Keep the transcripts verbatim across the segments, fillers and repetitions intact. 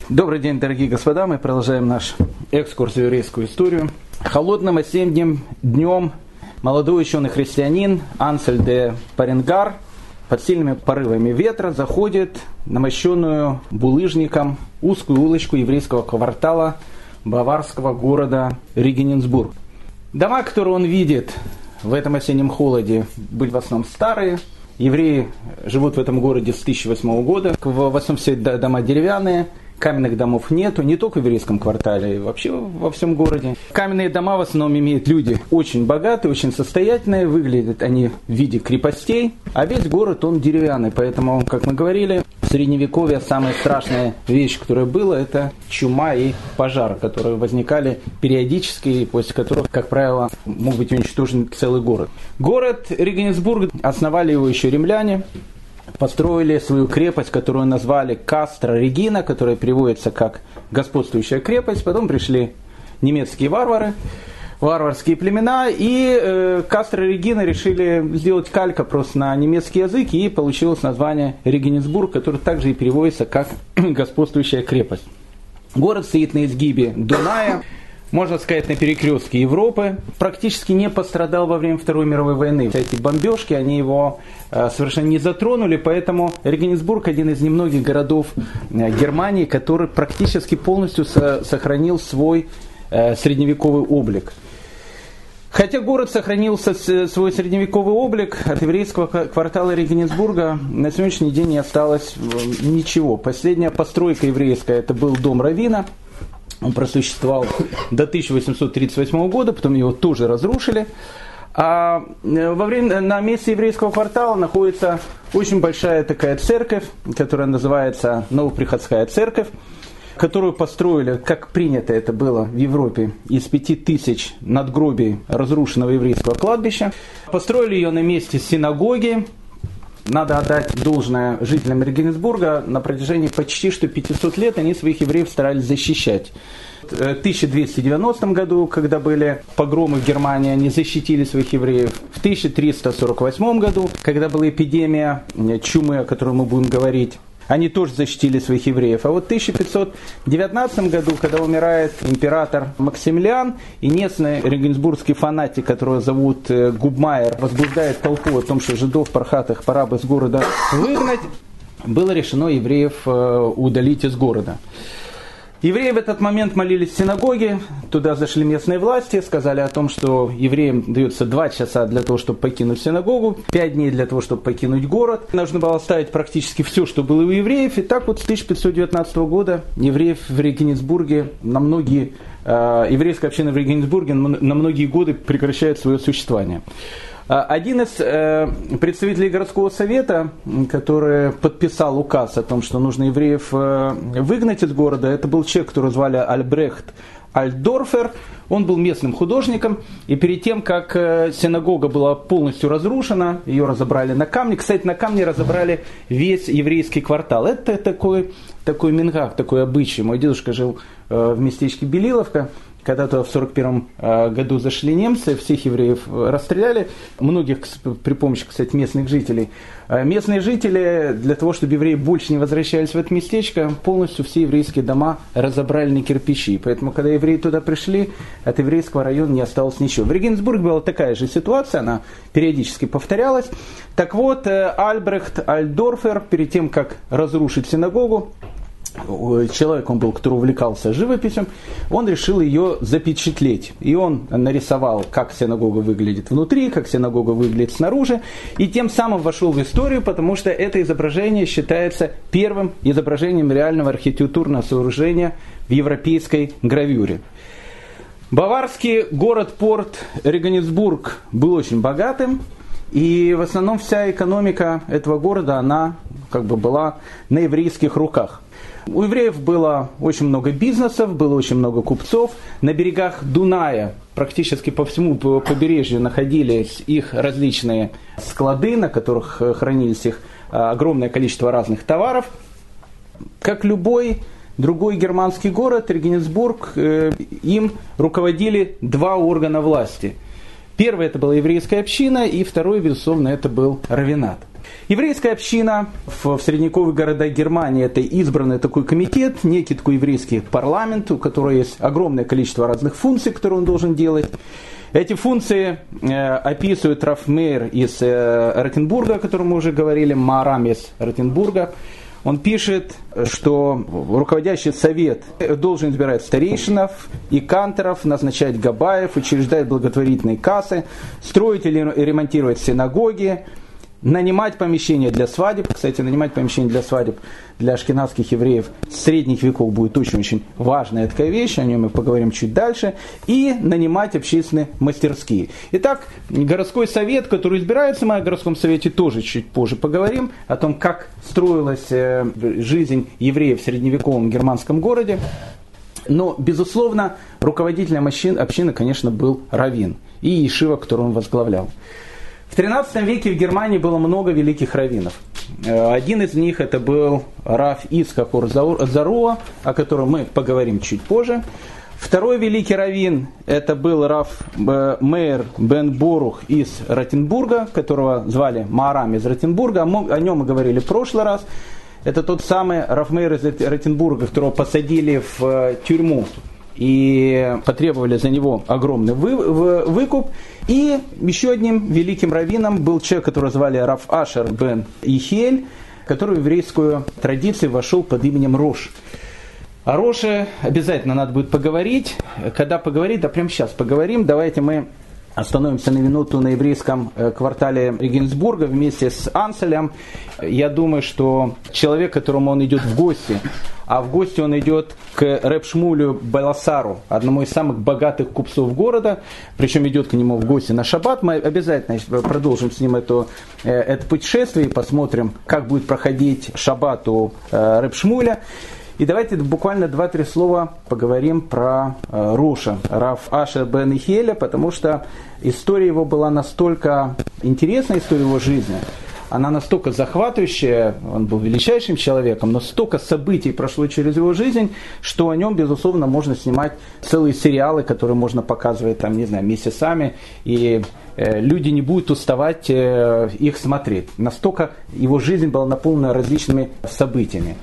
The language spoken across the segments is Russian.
Добрый день, дорогие господа, мы продолжаем наш экскурс в еврейскую историю. Холодным осенним днем молодой ученый-христианин Ансель де Паренгар под сильными порывами ветра заходит на мощенную булыжником узкую улочку еврейского квартала баварского города Регенсбург. Дома, которые он видит в этом осеннем холоде, были в основном старые. Евреи живут в этом городе с тысяча восьмого года. В основном все дома деревянные. Каменных домов нету, не только в еврейском квартале, вообще во всем городе. Каменные дома в основном имеют люди очень богатые, очень состоятельные, выглядят они в виде крепостей, а весь город он деревянный, поэтому, как мы говорили, в Средневековье самая страшная вещь, которая была, это чума и пожар, которые возникали периодически, и после которых, как правило, мог быть уничтожен целый город. Город Регенсбург основали его еще римляне. Построили свою крепость, которую назвали Кастро Регина, которая переводится как «господствующая крепость». Потом пришли немецкие варвары, варварские племена, и э, Кастро Регина решили сделать калька просто на немецкий язык, и получилось название Регенсбург, которое также и переводится как «господствующая крепость». Город стоит на изгибе Дуная, можно сказать, на перекрестке Европы, практически не пострадал во время Второй мировой войны. Эти бомбежки, они его э, совершенно не затронули, поэтому Регенсбург один из немногих городов э, Германии, который практически полностью со- сохранил свой э, средневековый облик. Хотя город сохранил со- свой средневековый облик, от еврейского квартала Регенсбурга на сегодняшний день не осталось э, ничего. Последняя постройка еврейская, это был дом раввина. Он просуществовал до тысяча восемьсот тридцать восьмого года, потом его тоже разрушили. А во время, на месте еврейского квартала находится очень большая такая церковь, которая называется Новоприходская церковь, которую построили, как принято это было в Европе, из пяти тысяч надгробий разрушенного еврейского кладбища. Построили ее на месте синагоги. Надо отдать должное жителям Регенсбурга, на протяжении почти что пятисот лет они своих евреев старались защищать. В тысяча двести девяностом году, когда были погромы в Германии, они защитили своих евреев. В тысяча триста сорок восьмом году, когда была эпидемия чумы, о которой мы будем говорить, они тоже защитили своих евреев. А вот в тысяча пятьсот девятнадцатом году, когда умирает император Максимилиан, и местный регенсбургский фанатик, которого зовут Губмайер, возбуждает толпу о том, что жидов пархатых пора бы с города выгнать, было решено евреев удалить из города. Евреи в этот момент молились в синагоге, туда зашли местные власти, сказали о том, что евреям дается два часа для того, чтобы покинуть синагогу, пять дней для того, чтобы покинуть город. Нужно было оставить практически все, что было у евреев. И так вот с тысяча пятьсот девятнадцатого года евреев в Регенсбурге на многие, э, еврейская община в Регенсбурге на многие годы прекращает свое существование. Один из э, представителей городского совета, который подписал указ о том, что нужно евреев э, выгнать из города, это был человек, которого звали Альбрехт Альтдорфер. Он был местным художником, и перед тем, как э, синагога была полностью разрушена, ее разобрали на камне. Кстати, на камне разобрали весь еврейский квартал. Это такой, такой мингах, такой обычай. Мой дедушка жил э, в местечке Белиловка. Когда-то в сорок первом году зашли немцы, всех евреев расстреляли, многих при помощи, кстати, местных жителей. Местные жители, для того, чтобы евреи больше не возвращались в это местечко, полностью все еврейские дома разобрали на кирпичи. Поэтому, когда евреи туда пришли, от еврейского района не осталось ничего. В Регенсбурге была такая же ситуация, она периодически повторялась. Так вот, Альбрехт Альтдорфер, перед тем, как разрушить синагогу, человек он был, который увлекался живописью, он решил ее запечатлеть. И он нарисовал, как синагога выглядит внутри, как синагога выглядит снаружи, и тем самым вошел в историю, потому что это изображение считается первым изображением реального архитектурного сооружения в европейской гравюре. Баварский город-порт Регенсбург был очень богатым, и в основном вся экономика этого города, она как бы была на еврейских руках. У евреев было очень много бизнесов, было очень много купцов. На берегах Дуная, практически по всему побережью, находились их различные склады, на которых хранились их огромное количество разных товаров. Как любой другой германский город, Регенсбург, им руководили два органа власти. Первый это была еврейская община, и второй, безусловно, это был раввинат. Еврейская община в, в средневековых городах Германии – это избранный такой комитет, некий такой еврейский парламент, у которого есть огромное количество разных функций, которые он должен делать. Эти функции э, описывает Раф Мейер из э, Ротенбурга, о котором мы уже говорили, Маарам из Ротенбурга. Он пишет, что руководящий совет должен избирать старейшинов и канторов, назначать габаев, учреждать благотворительные кассы, строить или ремонтировать синагоги, нанимать помещения для свадеб. Кстати, нанимать помещения для свадеб для ашкеназских евреев средних веков будет очень-очень важная такая вещь, о нем мы поговорим чуть дальше. И нанимать общественные мастерские. Итак, городской совет, который избирается, мы о городском совете тоже чуть позже поговорим, о том, как строилась жизнь евреев в средневековом германском городе. Но, безусловно, руководителем общины, конечно, был раввин и ешива, которую он возглавлял. В тринадцатом веке в Германии было много великих раввинов. Один из них это был Рав Ицхак ор Заруа, о котором мы поговорим чуть позже. Второй великий раввин это был Рав Мейер бен Борух из Ротенбурга, которого звали Маарам из Ротенбурга. О нем мы говорили в прошлый раз. Это тот самый Рав Мейер из Ротенбурга, которого посадили в тюрьму и потребовали за него огромный вы, вы, выкуп. И еще одним великим раввином был человек, которого звали Рав Ашер бен Ихель, который в еврейскую традицию вошел под именем Рош. О Роше обязательно надо будет поговорить. Когда поговорить, да прямо сейчас поговорим. Давайте мы остановимся на минуту на еврейском квартале Регенсбурга вместе с Анселем. Я думаю, что человек, к которому он идет в гости, а в гости он идет к Реб Шмулю Баласару, одному из самых богатых купцов города, причем идет к нему в гости на шаббат. Мы обязательно продолжим с ним это, это путешествие и посмотрим, как будет проходить шаббат у Реб Шмуля. И давайте буквально два-три слова поговорим про э, Роша, Рав Ашер бен Ихеля, потому что история его была настолько интересная, история его жизни, она настолько захватывающая, он был величайшим человеком, но столько событий прошло через его жизнь, что о нем, безусловно, можно снимать целые сериалы, которые можно показывать, там, не знаю, месяцами, и э, люди не будут уставать э, их смотреть. Настолько его жизнь была наполнена различными событиями.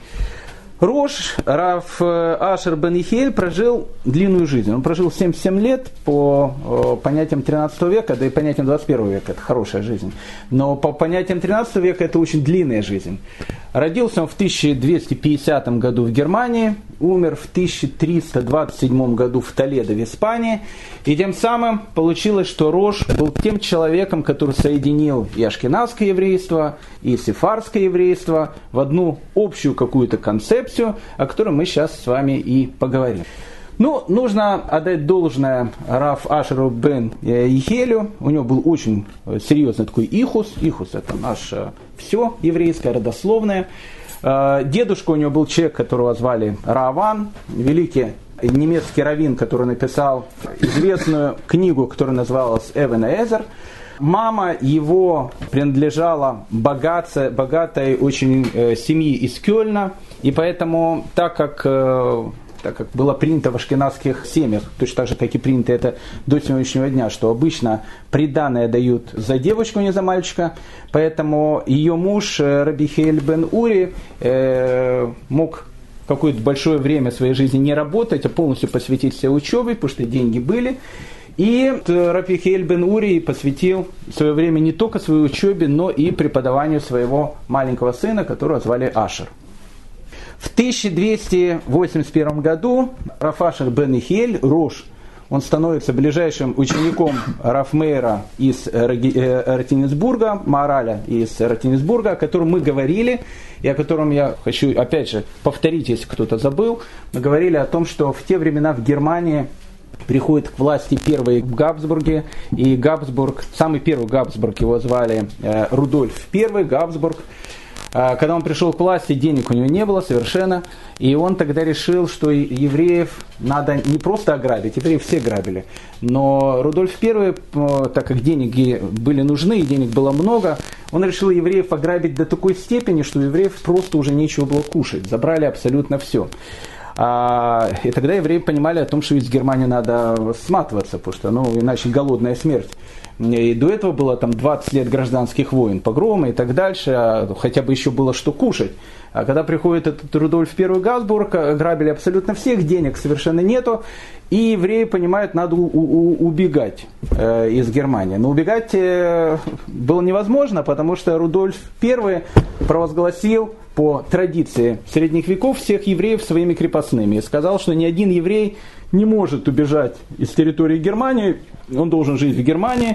Рош, Рав Ашер бен Ихель, прожил длинную жизнь. Он прожил семьдесят семь лет по понятиям тринадцатого века, да и понятиям двадцать первого века. Это хорошая жизнь. Но по понятиям тринадцатого века это очень длинная жизнь. Родился он в тысяча двести пятидесятом году в Германии, умер в тысяча триста двадцать седьмом году в Толедо в Испании. И тем самым получилось, что Рош был тем человеком, который соединил и ашкеназское еврейство, и сефардское еврейство в одну общую какую-то концепцию, о которой мы сейчас с вами и поговорим. Ну, нужно отдать должное Рав Ашеру бен Ихелю. У него был очень серьезный такой ихус. Ихус – это наше все еврейское, родословное. Дедушка у него был человек, которого звали Рааван, великий немецкий раввин, который написал известную книгу, которая называлась Эвен Эзер. Мама его принадлежала богатой, богатой очень э, семьи из Кёльна, и поэтому, так как, э, так как было принято в ашкеназских семьях, точно так же, как и принято это до сегодняшнего дня, что обычно приданое дают за девочку, не за мальчика, поэтому ее муж Раби Хейль бен Ури э, мог какое-то большое время своей жизни не работать, а полностью посвятить себя учебе, потому что деньги были. И Раби Хейль бен Ури посвятил свое время не только своей учебе, но и преподаванию своего маленького сына, которого звали Ашер. В тысяча двести восемьдесят первом году Рав Ашер бен Ихель, Рош, он становится ближайшим учеником Рав Мейера из Ротенбурга, Маараля из Ротенбурга, о котором мы говорили, и о котором я хочу, опять же, повторить, если кто-то забыл. Мы говорили о том, что в те времена в Германии приходит к власти первый Габсбурги, и Габсбург, самый первый Габсбург, его звали э, Рудольф I Габсбург. Э, когда он пришел к власти, денег у него не было совершенно, и он тогда решил, что евреев надо не просто ограбить, евреев все грабили, но Рудольф I, э, так как деньги были нужны, и денег было много, он решил евреев ограбить до такой степени, что у евреев просто уже нечего было кушать, забрали абсолютно все. А, и тогда евреи понимали о том, что из Германии надо сматываться, потому что, ну, иначе голодная смерть. И до этого было там двадцать лет гражданских войн, погромы и так дальше, а хотя бы еще было что кушать. А когда приходит этот Рудольф I Габсбург, грабили абсолютно всех, денег совершенно нету, и евреи понимают, надо у- у- убегать э, из Германии. Но убегать э, было невозможно, потому что Рудольф I провозгласил по традиции средних веков всех евреев своими крепостными. И сказал, что ни один еврей не может убежать из территории Германии, он должен жить в Германии.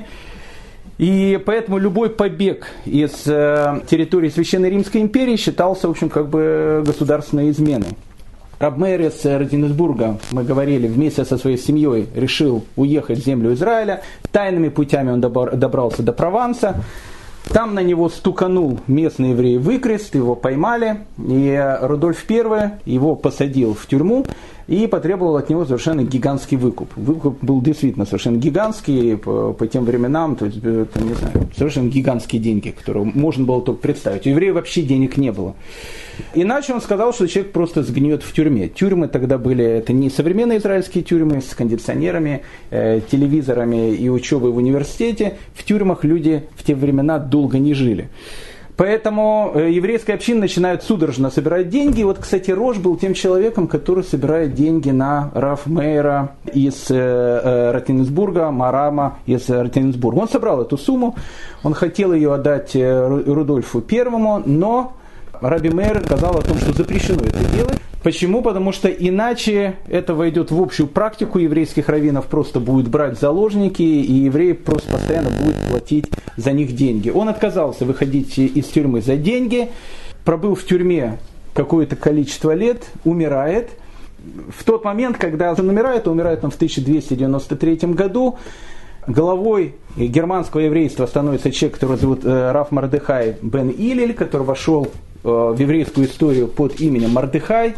И поэтому любой побег из э, территории Священной Римской империи считался, в общем, как бы государственной изменой. Раб Мейер из Ротенбурга, мы говорили, вместе со своей семьей решил уехать в землю Израиля. Тайными путями он добрался до Прованса. Там на него стуканул местный еврей выкрест, его поймали. И Рудольф I его посадил в тюрьму и потребовал от него совершенно гигантский выкуп. Выкуп был действительно совершенно гигантский по, по тем временам, то есть, это, не знаю, совершенно гигантские деньги, которые можно было только представить. У евреев вообще денег не было. Иначе он сказал, что человек просто сгниет в тюрьме. Тюрьмы тогда были, это не современные израильские тюрьмы с кондиционерами, э, телевизорами и учебой в университете. В тюрьмах люди в те времена долго не жили. Поэтому еврейская община начинает судорожно собирать деньги. И вот, кстати, Рош был тем человеком, который собирает деньги на Рав Мейера из э, Ротенбурга, Марама из Ротенбурга. Он собрал эту сумму, он хотел ее отдать Рудольфу Первому, но Раби Мейер сказал о том, что запрещено это делать. Почему? Потому что иначе это войдет в общую практику, еврейских раввинов просто будут брать заложники, и евреи просто постоянно будут платить за них деньги. Он отказался выходить из тюрьмы за деньги, пробыл в тюрьме какое-то количество лет, умирает. В тот момент, когда он умирает, он умирает он в тысяча двести девяносто третьем году, главой германского еврейства становится человек, которого зовут Рав Мордехай бен Илель, который вошел в еврейскую историю под именем Мордехай.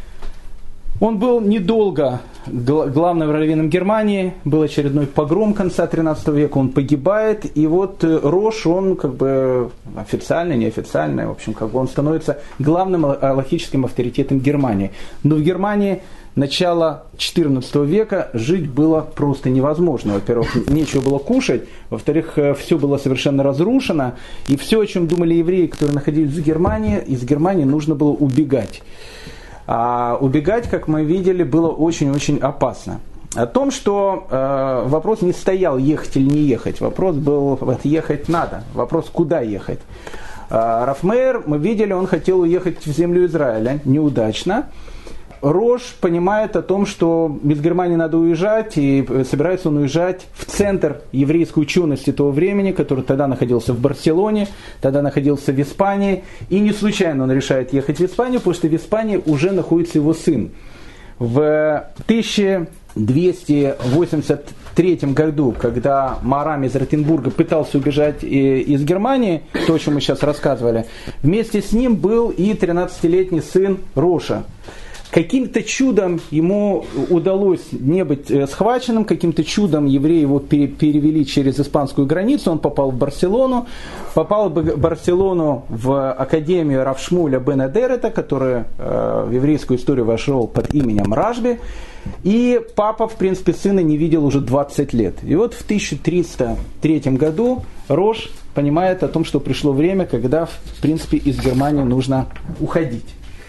Он был недолго главным раввином Германии, был очередной погром конца тринадцатого века, он погибает, и вот Рош, он как бы официально, неофициально, в общем, как бы он становится главным алахическим авторитетом Германии. Но в Германии начала четырнадцатого века жить было просто невозможно. Во-первых, нечего было кушать, во-вторых, все было совершенно разрушено, и все, о чем думали евреи, которые находились в Германии, из Германии нужно было убегать. А убегать, как мы видели, было очень-очень опасно. О том, что э, вопрос не стоял, ехать или не ехать, вопрос был, вот ехать надо, вопрос, куда ехать. Э, Рав Мейер, мы видели, он хотел уехать в землю Израиля, неудачно. Рош понимает о том, что из Германии надо уезжать, и собирается он уезжать в центр еврейской учености того времени, который тогда находился в Барселоне, тогда находился в Испании. И не случайно он решает ехать в Испанию, потому что в Испании уже находится его сын. В тысяча двести восемьдесят третьем году, когда Марам из Ротенбурга пытался убежать из Германии, то, о чем мы сейчас рассказывали, вместе с ним был и тринадцатилетний сын Роша. Каким-то чудом ему удалось не быть схваченным, каким-то чудом евреи его перевели через испанскую границу, он попал в Барселону, попал в Барселону в академию Рав Шмуэля бен Адерета, который в еврейскую историю вошел под именем Рашби, и папа, в принципе, сына не видел уже двадцать лет. И вот в тысяча триста третьем году Рош понимает о том, что пришло время, когда, в принципе, из Германии нужно уходить.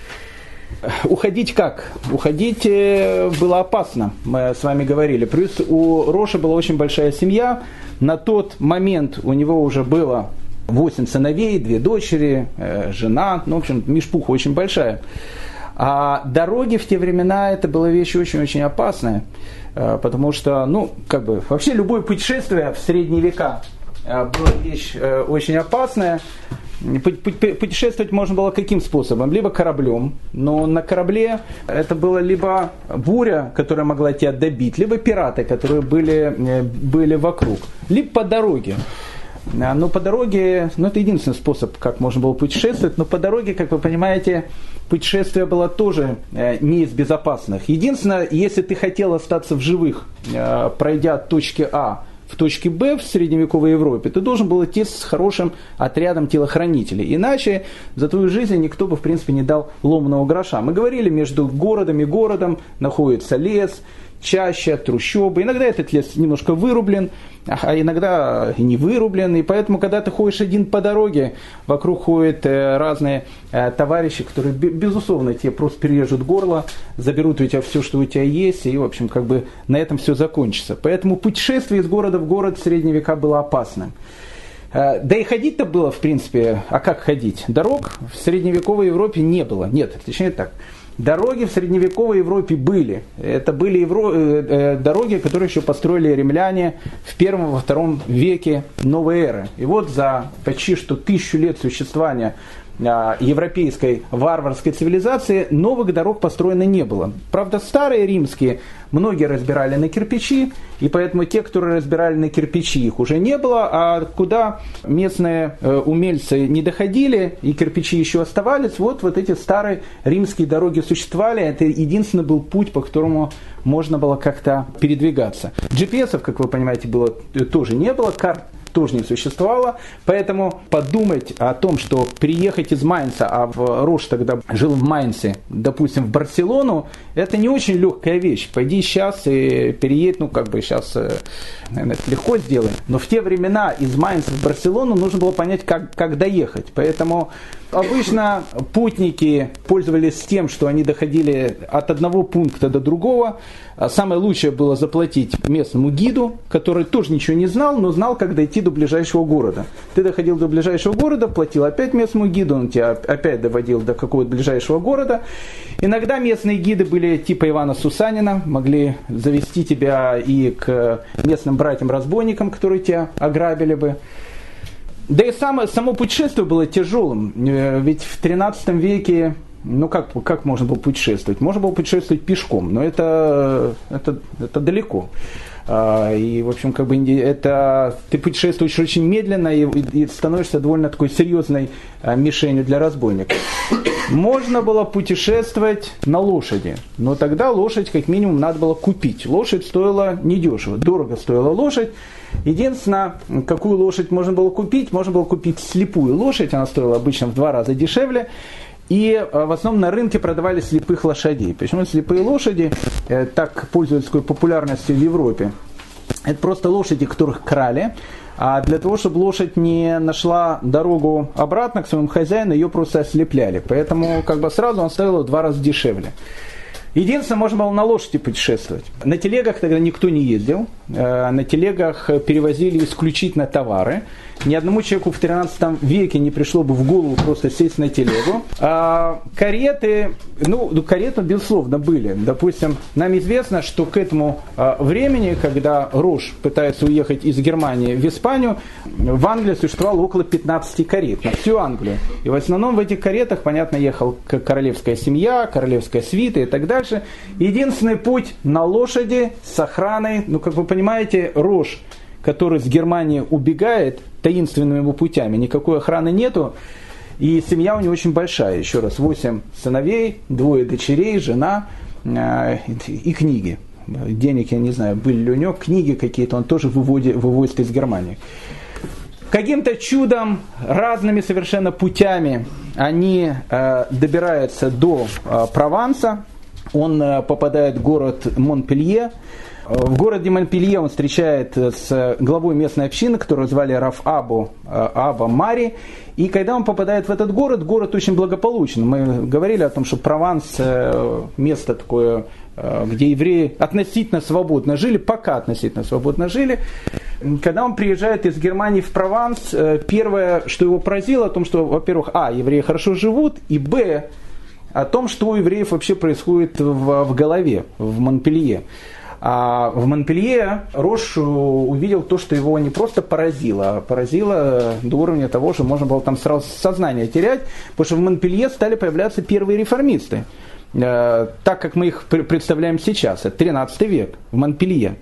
Уходить как? Уходить было опасно, мы с вами говорили. Плюс у Роша была очень большая семья. На тот момент у него уже было восемь сыновей, две дочери, жена. Ну, в общем, мишпуха очень большая. А дороги в те времена это была вещь очень-очень опасная. Потому что, ну, как бы, вообще любое путешествие в средние века была вещь очень опасная. Путешествовать можно было каким способом? Либо кораблем, но на корабле это было либо буря, которая могла тебя добить, либо пираты, которые были, были вокруг, либо по дороге. Но по дороге, ну это единственный способ, как можно было путешествовать, но по дороге, как вы понимаете, путешествие было тоже не из безопасных. Единственное, если ты хотел остаться в живых, пройдя от точки А в точке Б в средневековой Европе, ты должен был идти с хорошим отрядом телохранителей. Иначе за твою жизнь никто бы, в принципе, не дал ломаного гроша. Мы говорили, между городом и городом находится лес, чаща, трущобы. Иногда этот лес немножко вырублен, а иногда и не вырублен. И поэтому, когда ты ходишь один по дороге, вокруг ходят разные товарищи, которые, безусловно, тебе просто перережут горло, заберут у тебя все, что у тебя есть, и, в общем, как бы на этом все закончится. Поэтому путешествие из города в город в средние века было опасным. Да и ходить-то было, в принципе, а как ходить? Дорог в средневековой Европе не было. Нет, точнее так. Дороги в средневековой Европе были. Это были евро... э, дороги, которые еще построили римляне в первом, во втором веке новой эры. И вот за почти что тысячу лет существования э, европейской варварской цивилизации новых дорог построено не было. Правда, старые римские многие разбирали на кирпичи, и поэтому те, которые разбирали на кирпичи, их уже не было, а куда местные э, умельцы не доходили, и кирпичи еще оставались, вот, вот эти старые римские дороги существовали, это единственный был путь, по которому можно было как-то передвигаться. джи пи эсов, как вы понимаете, было, тоже не было, карт тоже не существовало, поэтому подумать о том, что приехать из Майнца, а в Рош тогда жил в Майнце, допустим, в Барселону, это не очень легкая вещь. Пойди сейчас и переедь, ну как бы сейчас, наверное, это легко сделать, но в те времена из Майнца в Барселону нужно было понять, как, как доехать, поэтому обычно путники пользовались тем, что они доходили от одного пункта до другого. Самое лучшее было заплатить местному гиду, который тоже ничего не знал, но знал, как дойти до ближайшего города. Ты доходил до ближайшего города, платил опять местному гиду, он тебя опять доводил до какого-то ближайшего города. Иногда местные гиды были типа Ивана Сусанина, могли завести тебя и к местным братьям-разбойникам, которые тебя ограбили бы. Да и само, само путешествие было тяжелым, ведь в тринадцатом веке, ну как, как можно было путешествовать? Можно было путешествовать пешком, но это, это, это далеко. И, в общем, как бы это ты путешествуешь очень медленно и, и становишься довольно такой серьезной мишенью для разбойников. Можно было путешествовать на лошади, но тогда лошадь как минимум надо было купить. Лошадь стоила недешево, дорого стоила лошадь. Единственное, какую лошадь можно было купить, можно было купить слепую лошадь, она стоила обычно в два раза дешевле. И в основном на рынке продавали слепых лошадей. Почему слепые лошади э, так пользуются такой популярностью в Европе? Это просто лошади, которых крали. А для того, чтобы лошадь не нашла дорогу обратно к своему хозяину, ее просто ослепляли. Поэтому как бы сразу он стоил в два раза дешевле. Единственное, можно было на лошади путешествовать. На телегах тогда никто не ездил. На телегах перевозили исключительно товары. Ни одному человеку в тринадцатом веке не пришло бы в голову просто сесть на телегу. А кареты, ну, кареты, безусловно, были. Допустим, нам известно, что к этому времени, когда Рош пытается уехать из Германии в Испанию, в Англии существовало около пятнадцати карет на всю Англию. И в основном в этих каретах, понятно, ехала королевская семья, королевская свита и так дальше. Единственный путь на лошади с охраной, ну, как вы понимаете, Рош, который с Германии убегает таинственными путями, никакой охраны нету, и семья у него очень большая, еще раз, восемь сыновей, двое дочерей, жена э, и книги. Денег, я не знаю, были ли у него, книги какие-то он тоже выводит, вывозит из Германии. Каким-то чудом, разными совершенно путями они э, добираются до э, Прованса, он э, попадает в город Монпелье. В городе Монпелье он встречает с главой местной общины, которую звали Раф Абу, Аба Мари. И когда он попадает в этот город, город очень благополучен. Мы говорили о том, что Прованс место такое, где евреи относительно свободно жили, пока относительно свободно жили. Когда он приезжает из Германии в Прованс, первое, что его поразило, о том, что, во-первых, а, евреи хорошо живут, и б, о том, что у евреев вообще происходит в, в голове, в Монпелье. А в Монпелье Рош увидел то, что его не просто поразило, а поразило до уровня того, что можно было там сразу сознание терять, потому что в Монпелье стали появляться первые реформисты, так как мы их представляем сейчас, это тринадцатый век, в Монпелье.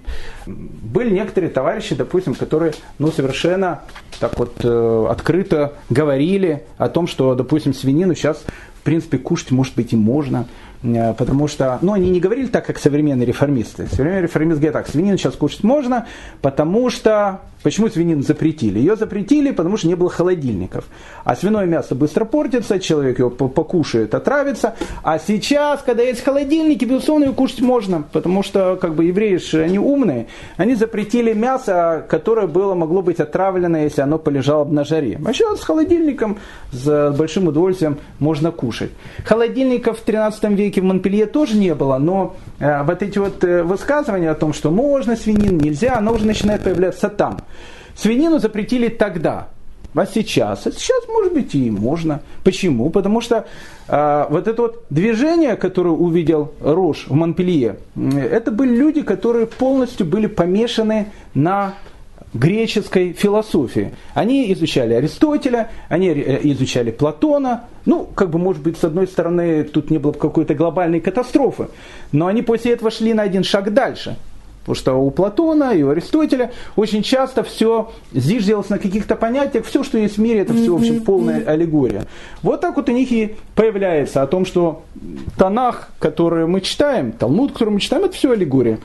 Были некоторые товарищи, допустим, которые ну, совершенно так вот открыто говорили о том, что, допустим, свинину сейчас в принципе кушать, может быть, и можно, потому что, ну, они не говорили так, как современные реформисты. Современные реформисты говорят так: свинину сейчас кушать можно, потому что... Почему свинину запретили? Ее запретили, потому что не было холодильников. А свиное мясо быстро портится, человек его покушает, отравится. А сейчас, когда есть холодильники, безусловно, ее кушать можно, потому что, как бы, евреи же, они умные. Они запретили мясо, которое было, могло быть отравлено, если оно полежало бы на жаре. А сейчас с холодильником с большим удовольствием можно кушать. Холодильников в тринадцатом веке в Монпелье тоже не было, но э, вот эти вот э, высказывания о том, что можно свинину, нельзя, оно уже начинает появляться там. Свинину запретили тогда, а сейчас? А сейчас, может быть, и можно. Почему? Потому что э, вот это вот движение, которое увидел Рош в Монпелье, это были люди, которые полностью были помешаны на греческой философии. Они изучали Аристотеля, они изучали Платона. Ну, как бы, может быть, с одной стороны, тут не было какой-то глобальной катастрофы, но они после этого шли на один шаг дальше. Потому что у Платона и у Аристотеля очень часто все зиждилось на каких-то понятиях. Все, что есть в мире, это все, в общем, полная аллегория. Вот так вот у них и появляется о том, что Танах, который мы читаем, Талмуд, который мы читаем, это все аллегория.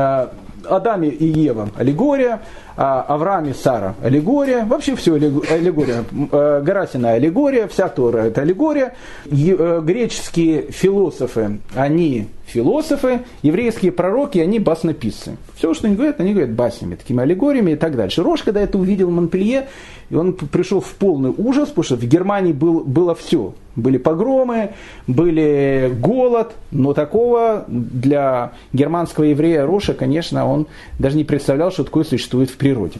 Адаме и Ева аллегория, Авраам и Сара аллегория, вообще все аллегория. Гора Синай аллегория, вся Тора это аллегория. Греческие философы, они философы, еврейские пророки, они баснописцы. Все, что они говорят, они говорят баснями, такими аллегориями и так дальше. Рош, когда это увидел в Монпелье, и он пришел в полный ужас, потому что в Германии был, было все. Были погромы, были голод, но такого для германского еврея Роша, конечно, он даже не представлял, что такое существует в природе.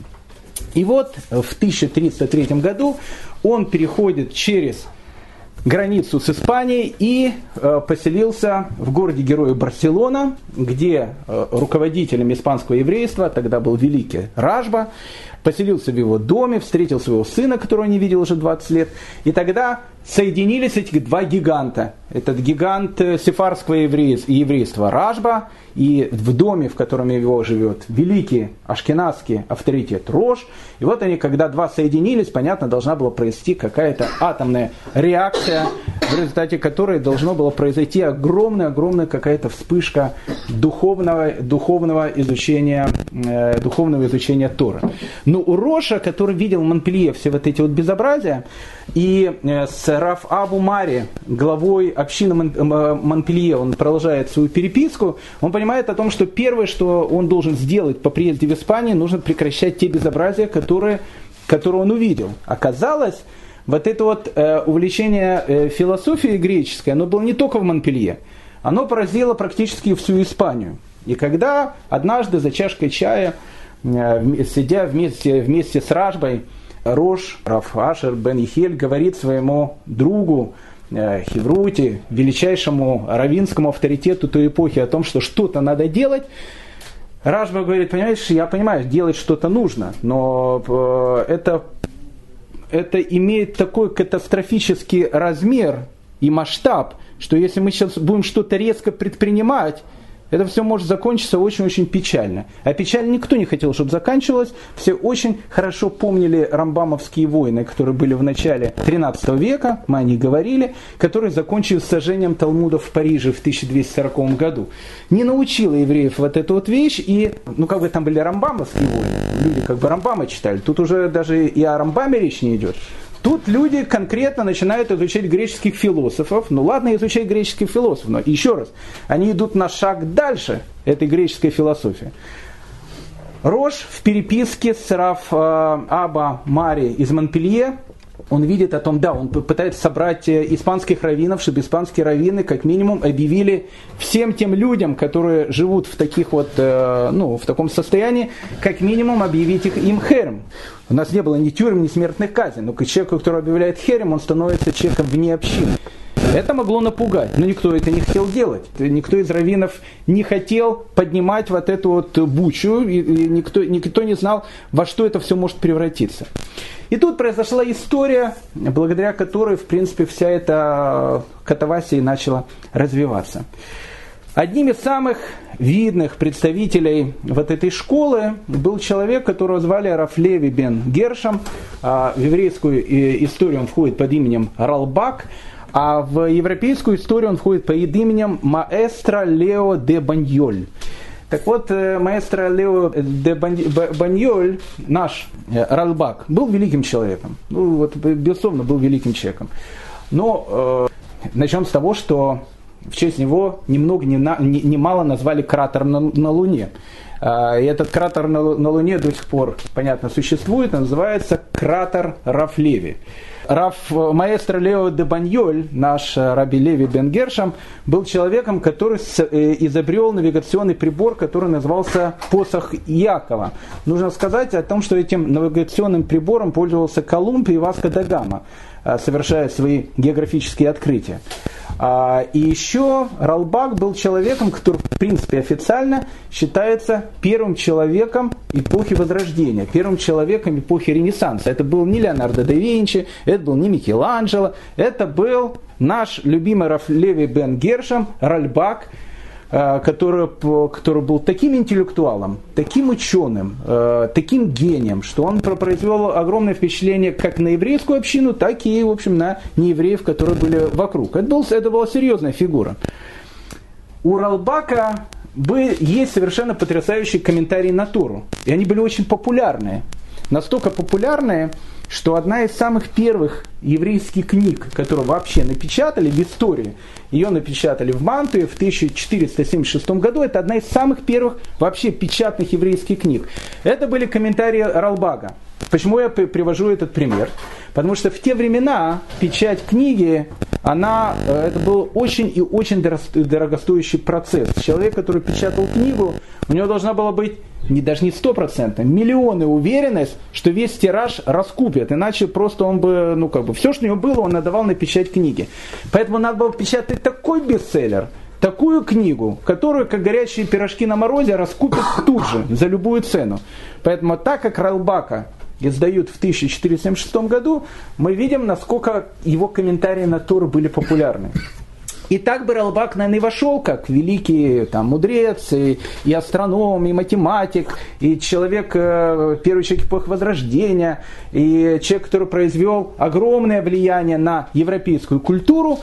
И вот в тысяча триста третьем году он переходит через границу с Испанией и э, поселился в городе-герое Барселона, где э, руководителем испанского еврейства тогда был великий Ражба, поселился в его доме, встретил своего сына, которого не видел уже двадцать лет, и тогда соединились эти два гиганта. Этот гигант сефардского еврейства Ражба, и в доме, в котором его живет, великий ашкеназский авторитет Рош. И вот они, когда два соединились, понятно, должна была произойти какая-то атомная реакция, в результате которой должно было произойти огромная-огромная какая-то вспышка духовного, духовного, изучения, э, духовного изучения Торы. Но у Роша, который видел в Монпелье все вот эти вот безобразия, и э, с Раф Абу Мари, главой общины Монпелье, он продолжает свою переписку, он понимает о том, что первое, что он должен сделать по приезде в Испанию, нужно прекращать те безобразия, которые, которые он увидел. Оказалось, вот это вот э, увлечение э, философией греческой, оно было не только в Монпелье, оно поразило практически всю Испанию. И когда однажды за чашкой чая, э, сидя вместе, вместе с Ражбой, Рош, Раф Ашер бен Ихель говорит своему другу э, Хеврути, величайшему раввинскому авторитету той эпохи, о том, что что-то надо делать, Ражба говорит: понимаешь, я понимаю, делать что-то нужно, но э, это, это имеет такой катастрофический размер и масштаб, что если мы сейчас будем что-то резко предпринимать, это все может закончиться очень-очень печально. А печально никто не хотел, чтобы заканчивалось. Все очень хорошо помнили рамбамовские войны, которые были в начале тринадцатого века, мы о них говорили, которые закончились сожжением Талмуда в Париже в тысяча двести сороковом году. Не научила евреев вот эту вот вещь, и, ну, как бы там были рамбамовские войны, люди как бы Рамбама читали, тут уже даже и о Рамбаме речь не идет. Тут люди конкретно начинают изучать греческих философов. Ну ладно, изучать греческих философов, но еще раз, они идут на шаг дальше этой греческой философии. Рош в переписке с Раф э, Аба Мари из Монпелье, он видит о том, да, он пытается собрать испанских раввинов, чтобы испанские раввины как минимум объявили всем тем людям, которые живут в таких вот, э, ну, в таком состоянии, как минимум объявить их, им херем. У нас не было ни тюрем, ни смертных казней, но человек, который объявляет херем, он становится человеком вне общины. Это могло напугать, но никто это не хотел делать. Никто из раввинов не хотел поднимать вот эту вот бучу, и никто, никто не знал, во что это все может превратиться. И тут произошла история, благодаря которой, в принципе, вся эта катавасия начала развиваться. Одним из самых видных представителей вот этой школы был человек, которого звали Раф Леви бен Гершам. В еврейскую историю он входит под именем Ралбак. А в европейскую историю он входит под именем маэстро Лео де Баньоль. Так вот, маэстро Лео де Баньоль, наш Ральбак, был великим человеком. Ну, вот, безусловно, был великим человеком. Но э, начнем с того, что в честь него ни много ни, на, ни, ни мало назвали кратер на, на Луне. И этот кратер на, на Луне до сих пор, понятно, существует, называется кратер Раф Леви. Раф, маэстро Лео де Баньоль, наш раби Леви бен Гершом, был человеком, который изобрел навигационный прибор, который назывался посох Иакова. Нужно сказать о том, что этим навигационным прибором пользовался Колумб и Васко да Гама, совершая свои географические открытия. И еще Ральбак был человеком, который, в принципе, официально считается первым человеком эпохи Возрождения, первым человеком эпохи Ренессанса. Это был не Леонардо да Винчи, это был не Микеланджело, это был наш любимый Раф Леви бен Гершом, Ральбак, который, который был таким интеллектуалом, таким ученым, таким гением, что он произвел огромное впечатление как на еврейскую общину, так и, в общем, на неевреев, которые были вокруг. Это, был, это была серьезная фигура. У Ральбака есть совершенно потрясающие комментарии на Тору, и они были очень популярные. Настолько популярные, что одна из самых первых еврейских книг, которую вообще напечатали в истории, ее напечатали в Мантуе в тысяча четыреста семьдесят шестом году, это одна из самых первых вообще печатных еврейских книг. Это были комментарии Ральбага. Почему я привожу этот пример? Потому что в те времена печать книги, она, это был очень и очень дорогостоящий процесс. Человек, который печатал книгу, у него должна была быть не, даже не сто процентов, миллионы уверенность, что весь тираж раскупят. Иначе просто он бы, ну как бы, все, что у него было, он отдавал на печать книги. Поэтому надо было печатать такой бестселлер, такую книгу, которую, как горячие пирожки на морозе, раскупят тут же, за любую цену. Поэтому так как Ральбака издают в тысяча четыреста семьдесят шестом году, мы видим, насколько его комментарии на Тору были популярны. И так бы Ральбак, наверное, и вошел как великий там, мудрец, и, и астроном, и математик, и человек, первый человек эпохи Возрождения, и человек, который произвел огромное влияние на европейскую культуру.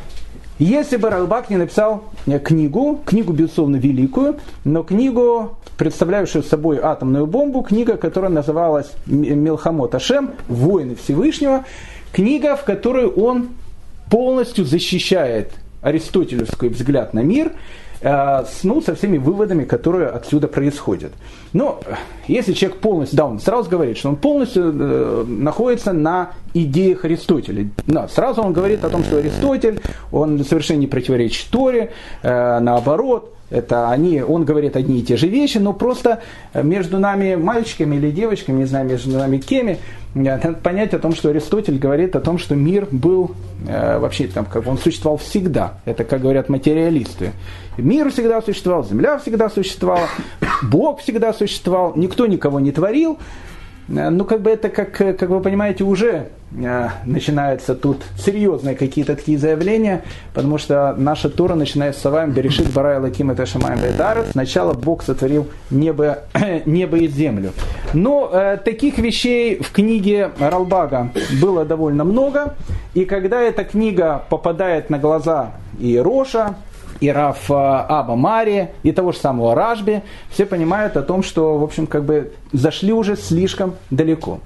Если бы Ральбак не написал книгу, книгу, безусловно, великую, но книгу, представляющую собой атомную бомбу, книга, которая называлась «Милхамот Ашем», «Войны Всевышнего», книга, в которой он полностью защищает аристотелевский взгляд на мир, э, с, ну, со всеми выводами, которые отсюда происходят. Но если человек полностью, да, он сразу говорит, что он полностью э, находится на идеях Аристотеля. Да, сразу он говорит о том, что Аристотель, он совершенно не противоречит Торе, э, наоборот, это они, он говорит одни и те же вещи, но просто между нами мальчиками или девочками, не знаю, между нами кеми, надо понять о том, что Аристотель говорит о том, что мир был э, вообще там, как он существовал всегда. Это, как говорят материалисты. Мир всегда существовал, земля всегда существовала, Бог всегда существовал, никто никого не творил. Ну, как бы это, как, как вы понимаете, уже э, начинаются тут серьезные какие-то такие заявления, потому что наша Тора начинает с словами «Берешит бара элоким эт ашамаим вэт аарец». Сначала Бог сотворил небо, небо и землю. Но э, таких вещей в книге Ральбага было довольно много, и когда эта книга попадает на глаза и Роша, и Раф Аба Мари, и того же самого Рашби, все понимают о том, что, в общем, как бы зашли уже слишком далеко.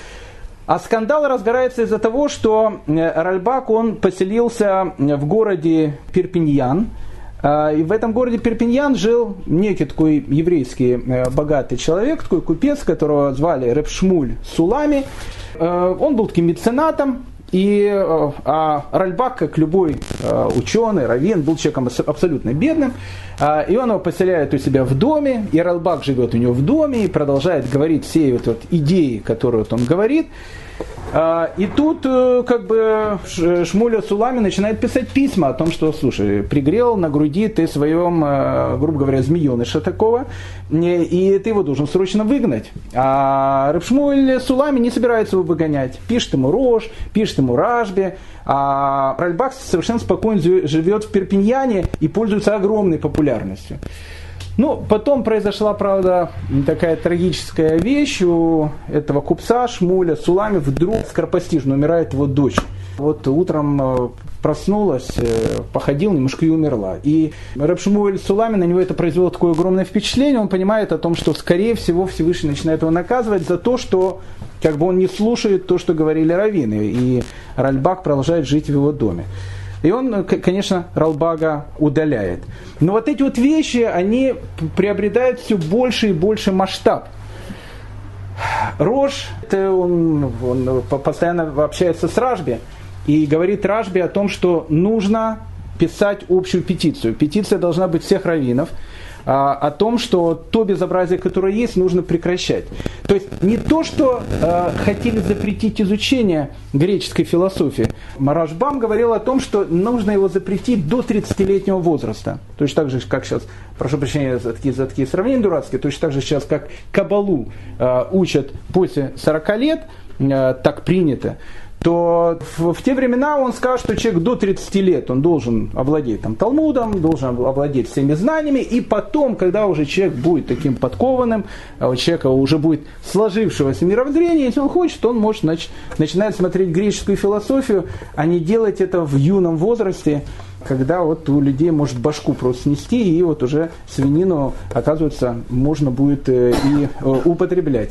А скандал разгорается из-за того, что Ральбак, он поселился в городе Перпиньян, и в этом городе Перпиньян жил некий такой еврейский богатый человек, такой купец, которого звали Реб Шмуль Сулами. Он был таким меценатом. И а Ральбак, как любой а, ученый, раввин, был человеком абсолютно бедным, а, и он его поселяет у себя в доме, и Ральбак живет у него в доме и продолжает говорить все вот, вот идеи, которые вот он говорит. А, и тут как бы Шмуля Сулами начинает писать письма о том, что, слушай, пригрел на груди ты своем, грубо говоря, змееныша такого, и ты его должен срочно выгнать. А Реб Шмуль Сулами не собирается его выгонять. Пишет ему Рош, пишет ему Рашби, а Ральбак совершенно спокойно живет в Перпиньяне и пользуется огромной популярностью. Ну, потом произошла, правда, такая трагическая вещь. У этого купца Шмуля Сулами вдруг скоропостижно умирает его дочь. Вот утром проснулась, походила немножко и умерла. И Рав Шмуэль Сулами, на него это произвело такое огромное впечатление, он понимает о том, что, скорее всего, Всевышний начинает его наказывать за то, что как бы он не слушает то, что говорили раввины, и Ральбаг продолжает жить в его доме. И он, конечно, Ральбага удаляет. Но вот эти вот вещи, они приобретают все больше и больше масштаб. Рош, это он, он постоянно общается с Рашби, и говорит Рашби о том, что нужно писать общую петицию. Петиция должна быть всех раввинов, а, о том, что то безобразие, которое есть, нужно прекращать. То есть не то, что а, хотели запретить изучение греческой философии. Рашбам говорил о том, что нужно его запретить до тридцатилетнего возраста. Точно так же, как сейчас, прошу прощения за такие, за такие сравнения дурацкие, точно так же сейчас, как кабалу а, учат после сорока лет, а, так принято, то в, в те времена он скажет, что человек до тридцати лет он должен овладеть там, Талмудом, должен овладеть всеми знаниями, и потом, когда уже человек будет таким подкованным, а у человека уже будет сложившегося мировоззрение, если он хочет, он может нач, начинать смотреть греческую философию, а не делать это в юном возрасте, когда вот у людей может башку просто снести, и вот уже свинину, оказывается, можно будет и употреблять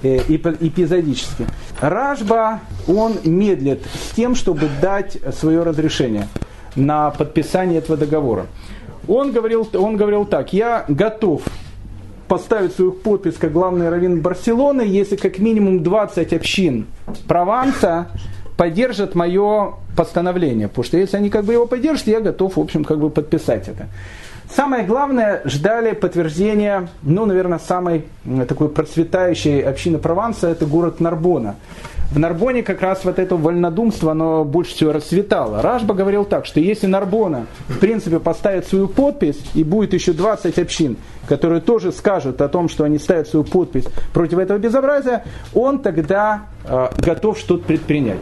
эпизодически. Рашба, он медлит с тем, чтобы дать свое разрешение на подписание этого договора. Он говорил, он говорил так: я готов поставить свою подпись как главный раввин Барселоны, если как минимум двадцать общин Прованса поддержат мое постановление. Потому что если они как бы его поддержат, я готов, в общем, как бы подписать это. Самое главное, ждали подтверждения, ну, наверное, самой такой процветающей общины Прованса, это город Нарбона. В Нарбоне как раз вот это вольнодумство, оно больше всего расцветало. Рашба говорил так, что если Нарбона, в принципе, поставит свою подпись, и будет еще двадцать общин, которые тоже скажут о том, что они ставят свою подпись против этого безобразия, он тогда э, готов что-то предпринять.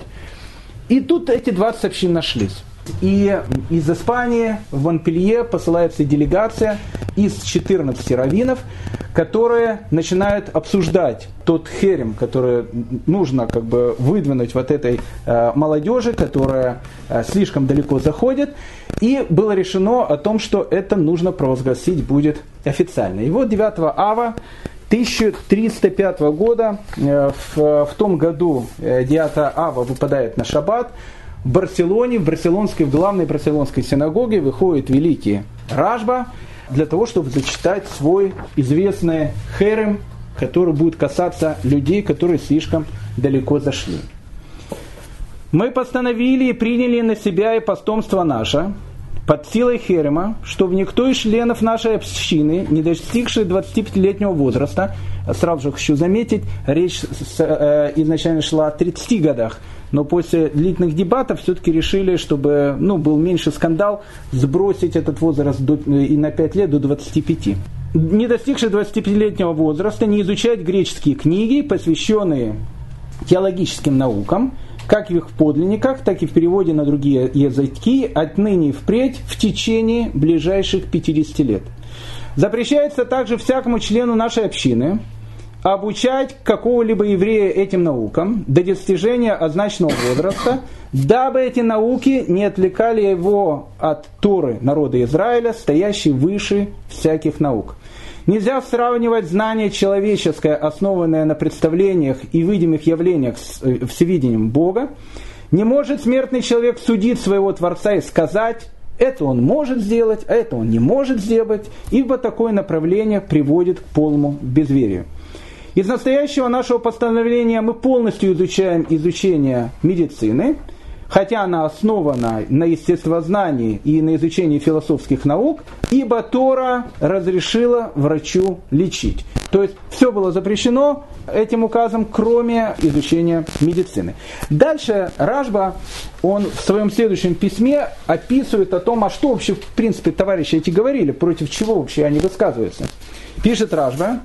И тут эти двадцать общин нашлись. И из Испании в Монпелье посылается делегация из четырнадцати раввинов, которые начинают обсуждать тот херем, который нужно как бы выдвинуть вот этой э, молодежи, которая э, слишком далеко заходит. И было решено о том, что это нужно провозгласить будет официально. И вот девятого ава тысяча триста пятого года, э, в, в том году э, девятого ава выпадает на шаббат, в Барселоне, в барселонской, в главной барселонской синагоге выходит великий Рашба для того, чтобы зачитать свой известный херем, который будет касаться людей, которые слишком далеко зашли. Мы постановили и приняли на себя и потомство наше под силой херема, чтобы никто из членов нашей общины, не достигший двадцатипятилетнего возраста, сразу же хочу заметить, речь с, э, изначально шла о тридцати годах, но после длительных дебатов все-таки решили, чтобы ну, был меньше скандал, сбросить этот возраст до, и на пять лет до двадцати пяти. Не достигший двадцатипятилетнего возраста не изучать греческие книги, посвященные теологическим наукам, как в их подлинниках, так и в переводе на другие языки, отныне и впредь в течение ближайших пятидесяти лет. Запрещается также всякому члену нашей общины обучать какого-либо еврея этим наукам до достижения означенного возраста, дабы эти науки не отвлекали его от Торы народа Израиля, стоящей выше всяких наук. Нельзя сравнивать знание человеческое, основанное на представлениях и видимых явлениях с всевидением Бога. Не может смертный человек судить своего Творца и сказать: это он может сделать, а это он не может сделать, ибо такое направление приводит к полному безверию. Из настоящего нашего постановления мы полностью изучаем изучение медицины, хотя она основана на естествознании и на изучении философских наук, ибо Тора разрешила врачу лечить. То есть все было запрещено этим указом, кроме изучения медицины. Дальше Рашба, он в своем следующем письме описывает о том, а что вообще в принципе товарищи эти говорили, против чего вообще они высказываются. Пишет Рашба: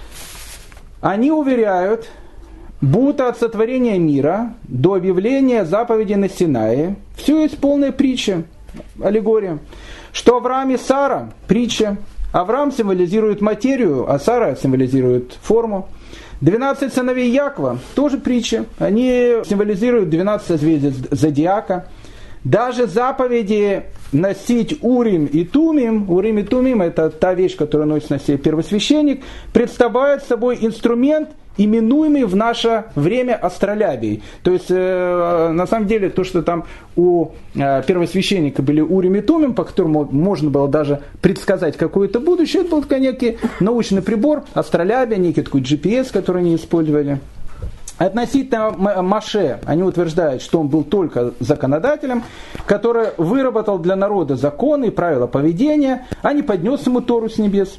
они уверяют, будто от сотворения мира до объявления заповеди на Синае все есть полная притча, аллегория, что Авраам и Сара – притча. Авраам символизирует материю, а Сара символизирует форму. двенадцать сыновей Якова – тоже притча. Они символизируют двенадцать созвездий зодиака. Даже заповеди носить Урим и Тумим, Урим и Тумим, это та вещь, которую носит на себе первосвященник, представляет собой инструмент, именуемый в наше время астролябией. То есть, э, на самом деле, то, что там у э, первосвященника были Урим и Тумим, по которому можно было даже предсказать какое-то будущее, это был некий научный прибор, астролябия, некий такой джи пи эс, который они использовали. Относительно Моше, они утверждают, что он был только законодателем, который выработал для народа законы и правила поведения, а не поднес ему Тору с небес.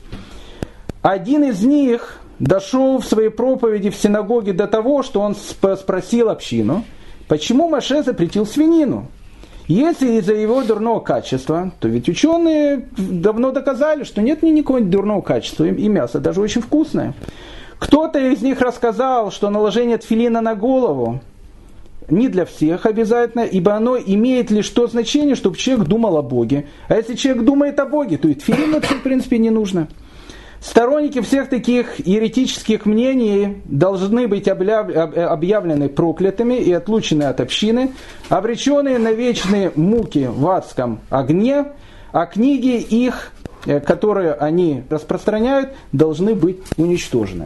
Один из них дошел в своей проповеди в синагоге до того, что он спросил общину, почему Моше запретил свинину. Если из-за его дурного качества, то ведь ученые давно доказали, что нет никакого дурного качества, и мясо даже очень вкусное. Кто-то из них рассказал, что наложение тфилина на голову не для всех обязательно, ибо оно имеет лишь то значение, чтобы человек думал о Боге. А если человек думает о Боге, то и тфилин вообще в принципе не нужно. Сторонники всех таких еретических мнений должны быть объявлены проклятыми и отлучены от общины, обреченные на вечные муки в адском огне, а книги их, которые они распространяют, должны быть уничтожены.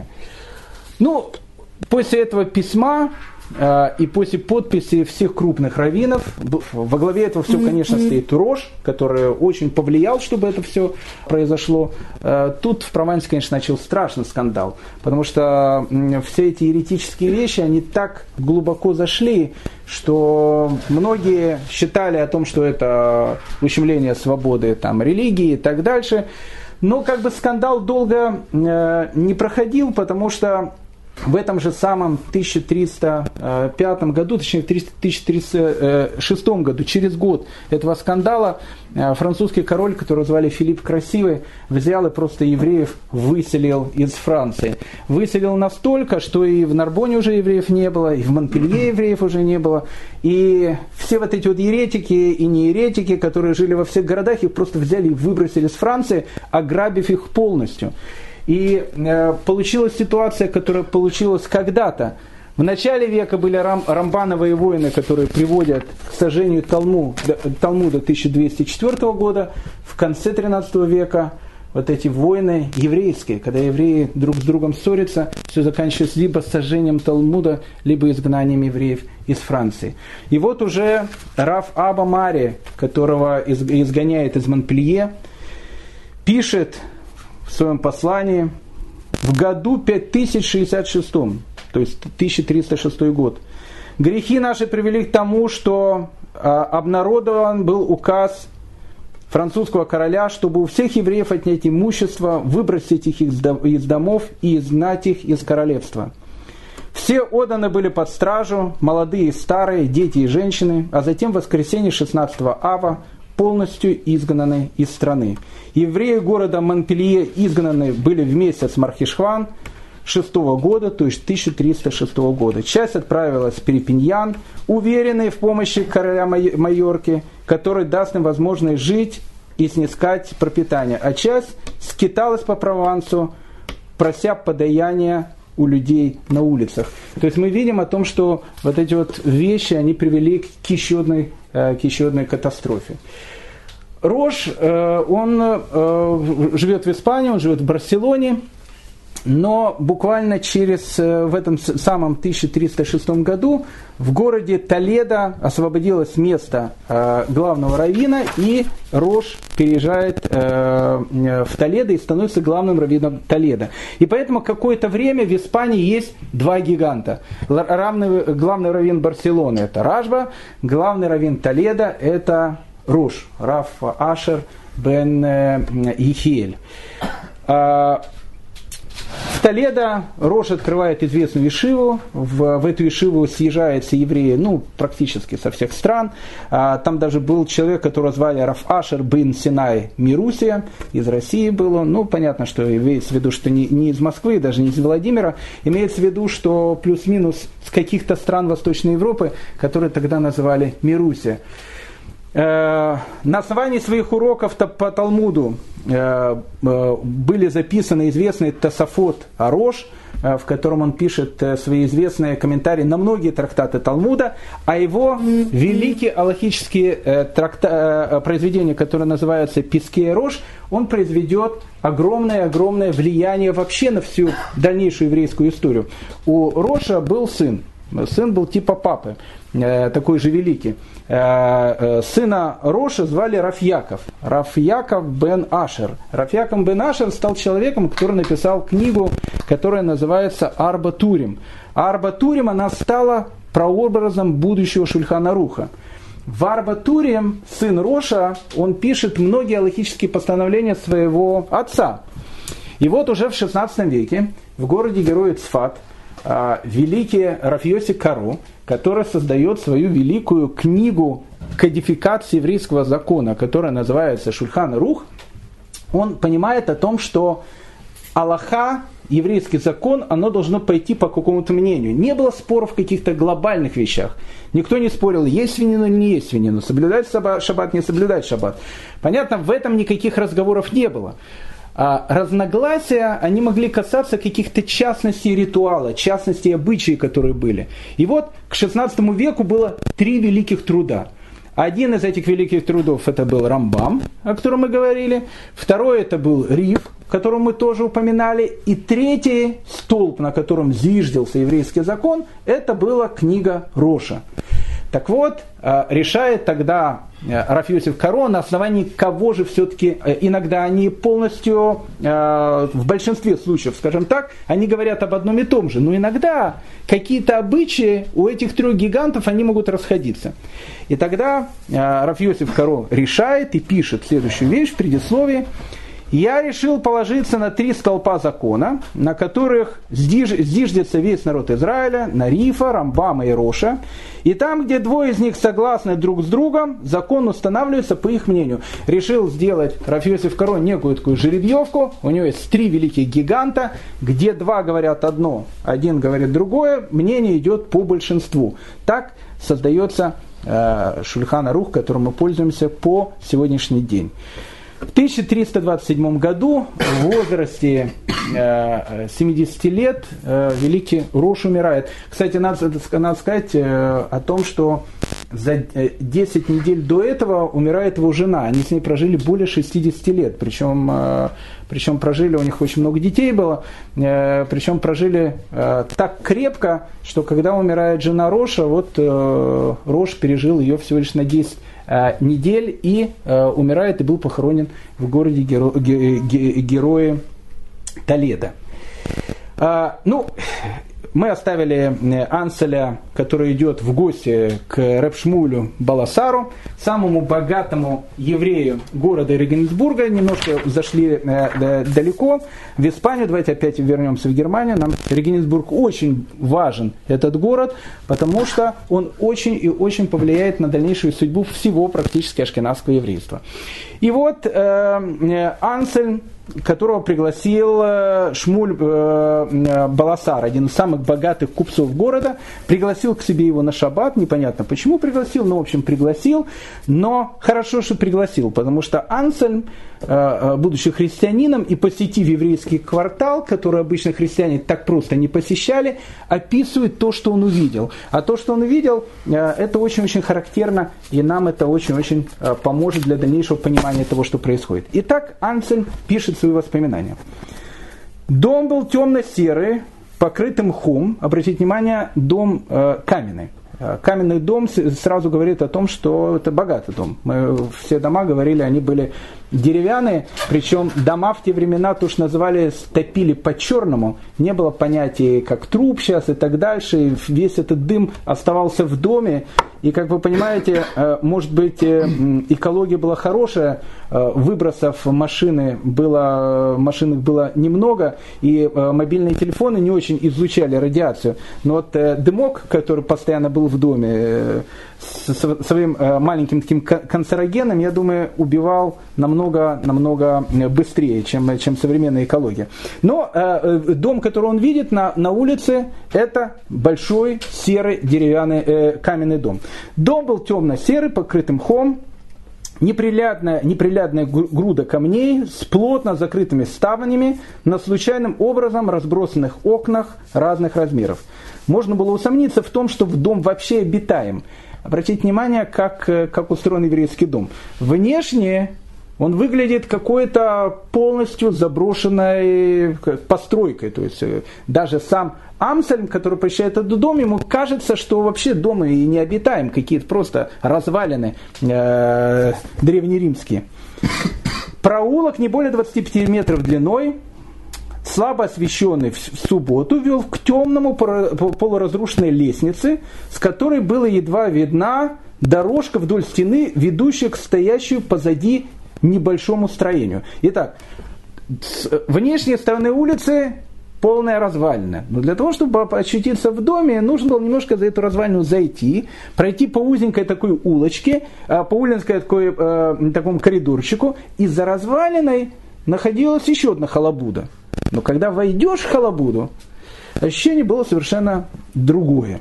Ну, после этого письма э, и после подписи всех крупных раввинов, во главе этого все, конечно, стоит Рош, который очень повлиял, чтобы это все произошло. Э, тут в Провансе, конечно, начал страшный скандал, потому что э, все эти еретические вещи, они так глубоко зашли, что многие считали о том, что это ущемление свободы там, религии и так дальше. Но как бы скандал долго э, не проходил, потому что в этом же самом тысяча триста пятом году, точнее в тысяча триста шестом году, через год этого скандала, французский король, которого звали Филипп Красивый, взял и просто евреев выселил из Франции. Выселил настолько, что и в Нарбоне уже евреев не было, и в Монпелье евреев уже не было. И все вот эти вот еретики и нееретики, которые жили во всех городах, их просто взяли и выбросили из Франции, ограбив их полностью. И э, получилась ситуация, которая получилась когда-то. В начале века были рам, рамбановые войны, которые приводят к сожжению Талму, Талмуда тысяча двести четвёртого года. В конце тринадцатого века вот эти войны еврейские, когда евреи друг с другом ссорятся, все заканчивается либо сожжением Талмуда, либо изгнанием евреев из Франции. И вот уже Рав Аба Мари, которого изгоняет из Монпелье, пишет в своем послании в году пять тысяч шестьдесят шестом, то есть тысяча триста шестой год. Грехи наши привели к тому, что а, обнародован был указ французского короля, чтобы у всех евреев отнять имущество, выбросить их из домов и изгнать их из королевства. Все отданы были под стражу, молодые и старые, дети и женщины, а затем в воскресенье шестнадцатого ава полностью изгнаны из страны. Евреи города Монпелье изгнаны были в месяц Мархишван шестого года, то есть тысяча триста шестого года. Часть отправилась в Перпиньян, уверенные в помощи короля Майорки, который даст им возможность жить и снискать пропитание. А часть скиталась по Провансу, прося подаяния у людей на улицах. То есть мы видим о том, что вот эти вот вещи, они привели к еще одной, к еще одной катастрофе. Рош, он живет в Испании, он живет в Барселоне, но буквально через, в этом самом тысяча триста шестом году в городе Толедо освободилось место главного раввина, и Рош переезжает в Толедо и становится главным раввином Толедо. И поэтому какое-то время в Испании есть два гиганта. Главный, главный раввин Барселоны – это Ражба, главный раввин Толедо – это Рош, Рав Ашер бен Ехиэль. В Толедо Рош открывает известную ешиву. В, в эту ешиву съезжаются евреи, ну, практически со всех стран. А, там даже был человек, которого звали Рав Ашер бен Синай Мирусия, из России был он. Ну, понятно, что имеется в виду, что не, не из Москвы, даже не из Владимира. Имеется в виду, что плюс-минус с каких-то стран Восточной Европы, которые тогда называли Мирусия. На основании своих уроков по Талмуду были записаны известные Тосафот Арош, в котором он пишет свои известные комментарии на многие трактаты Талмуда, а его великие алахические тракта... произведения, которые называются «Пискей Рош», он произведет огромное-огромное влияние вообще на всю дальнейшую еврейскую историю. У Роша был сын. Сын был типа папы, такой же великий. Сына Роша звали Рав Яков. Рав Яков бен Ашер. Рав Яков бен Ашер стал человеком, который написал книгу, которая называется «Арба Турим». Арба Турим, она стала прообразом будущего Шульхан Аруха. В Арба Турим сын Роша, он пишет многие алахические постановления своего отца. И вот уже в шестнадцатом веке в городе-герое Цфат великий Рав Йоси Каро, который создает свою великую книгу кодификации еврейского закона, которая называется Шульхан Арух, он понимает о том, что алаха, еврейский закон, оно должно пойти по какому-то мнению. Не было споров в каких-то глобальных вещах. Никто не спорил, есть свинину или не есть свинину, соблюдать шаббат, не соблюдать шаббат. Понятно, в этом никаких разговоров не было. А разногласия, они могли касаться каких-то частностей ритуала, частностей обычаев, которые были. И вот к шестнадцатому веку было три великих труда. Один из этих великих трудов это был Рамбам, о котором мы говорили. Второй это был Рив, которого мы тоже упоминали. И третий столб, на котором зиждился еврейский закон, это была книга Роша. Так вот, решает тогда Рав Йосиф Каро, на основании кого же все-таки, иногда они полностью, в большинстве случаев, скажем так, они говорят об одном и том же, но иногда какие-то обычаи у этих трех гигантов, они могут расходиться. И тогда Рав Йосиф Каро решает и пишет следующую вещь в предисловии. «Я решил положиться на три столпа закона, на которых зиждется весь народ Израиля, на Рифа, Рамбама и Роша. И там, где двое из них согласны друг с другом, закон устанавливается по их мнению». Решил сделать Рав Йосиф Каро некую такую жеребьевку. У него есть три великих гиганта, где два говорят одно, один говорит другое. Мнение идет по большинству. Так создается э, Шульхан Арух, которым мы пользуемся по сегодняшний день. В тысяча триста двадцать седьмом году, в возрасте э, семидесяти лет, э, великий Рош умирает. Кстати, надо, надо сказать э, о том, что за десять недель до этого умирает его жена. Они с ней прожили более шестидесяти лет. Причем, э, причем прожили, у них очень много детей было. Э, причем прожили э, так крепко, что когда умирает жена Роша, вот э, Рош пережил ее всего лишь на десять недель и э, умирает и был похоронен в городе Геро, ге, ге, Герое Толедо. А, ну, мы оставили Анселя, который идет в гости к Реб Шмулю Баласару, самому богатому еврею города Регенсбурга. Немножко зашли э, далеко в Испанию. Давайте опять вернемся в Германию. Нам Регенсбург очень важен, этот город, потому что он очень и очень повлияет на дальнейшую судьбу всего практически ашкеназского еврейства. И вот э, Ансель, которого пригласил Шмуль Баласар, один из самых богатых купцов города, пригласил к себе его на шаббат, непонятно почему пригласил, но в общем пригласил, но хорошо, что пригласил, потому что Ансель, будучи христианином и посетив еврейский квартал, который обычно христиане так просто не посещали, описывает то, что он увидел. А то, что он увидел, это очень-очень характерно, и нам это очень-очень поможет для дальнейшего понимания того, что происходит. Итак, Ансель пишет свои воспоминания. Дом был темно-серый, покрытым мхом. Обратите внимание, дом э, каменный. Каменный дом сразу говорит о том, что это богатый дом. Мы все дома говорили, они были деревянные, причем дома в те времена тоже называли, топили по-черному, не было понятия как труп сейчас и так дальше, и весь этот дым оставался в доме, и как вы понимаете, может быть, экология была хорошая, выбросов машины было, машин было немного, и мобильные телефоны не очень излучали радиацию, но вот дымок, который постоянно был в доме, своим маленьким таким канцерогеном, я думаю, убивал намного, намного быстрее, чем, чем современная экология. Но э, дом, который он видит на, на улице, это большой серый деревянный э, каменный дом. Дом был темно-серый, покрытым мхом. Неприглядная, неприглядная груда камней с плотно закрытыми ставнями на случайным образом разбросанных окнах разных размеров. Можно было усомниться в том, что дом вообще обитаем. Обратите внимание, как, как устроен еврейский дом. Внешне он выглядит какой-то полностью заброшенной постройкой. То есть даже сам Амсельм, который посещает этот дом, ему кажется, что вообще дом и не обитаем, какие-то просто развалины э, древнеримские. Проулок не более двадцати пяти метров длиной, слабо освещенный в субботу, вел к темному полуразрушенной лестнице, с которой была едва видна дорожка вдоль стены, ведущая к стоящему позади небольшому строению. Итак, с внешней стороны улицы полная развалина. Но для того, чтобы очутиться в доме, нужно было немножко за эту развалину зайти, пройти по узенькой такой улочке, по узенькой такой, э, такому коридорчику, и за развалиной находилась еще одна халабуда. Но когда войдешь в халабуду, ощущение было совершенно другое.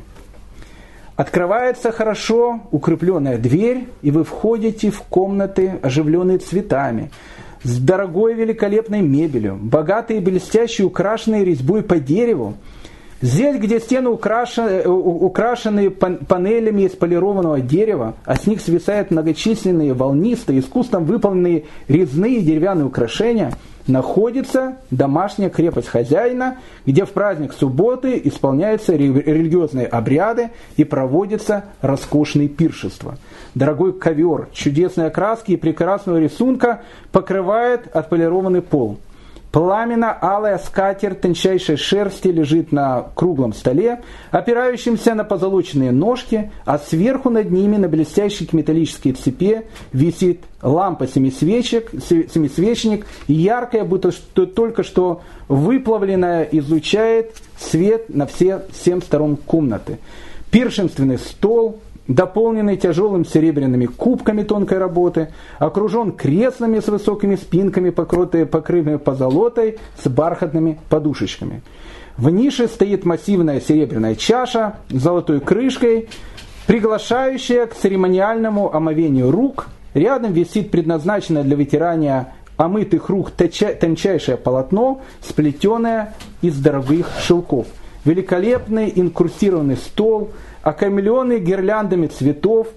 Открывается хорошо укрепленная дверь, и вы входите в комнаты, оживленные цветами, с дорогой великолепной мебелью, богатые блестящие, украшенные резьбой по дереву. Здесь, где стены украшены, украшены панелями из полированного дерева, а с них свисают многочисленные волнистые, искусно выполненные резные деревянные украшения, находится домашняя крепость хозяина, где в праздник субботы исполняются религиозные обряды и проводятся роскошные пиршества. Дорогой ковер, чудесной окраски и прекрасного рисунка покрывает отполированный пол. Пламенно-алая скатерть тончайшей шерсти лежит на круглом столе, опирающемся на позолоченные ножки, а сверху над ними на блестящей металлической цепи висит лампа семисвечек, семисвечник, яркая, будто что только что выплавленная, излучает свет на все семь сторон комнаты. Пиршественный стол, дополненный тяжелыми серебряными кубками тонкой работы, окружен креслами с высокими спинками, покрытые, покрытыми позолотой, с бархатными подушечками. В нише стоит массивная серебряная чаша с золотой крышкой, приглашающая к церемониальному омовению рук. Рядом висит предназначенное для вытирания омытых рук тончайшее полотно, сплетенное из дорогих шелков. Великолепный инкрустированный стол, окаймленный гирляндами цветов,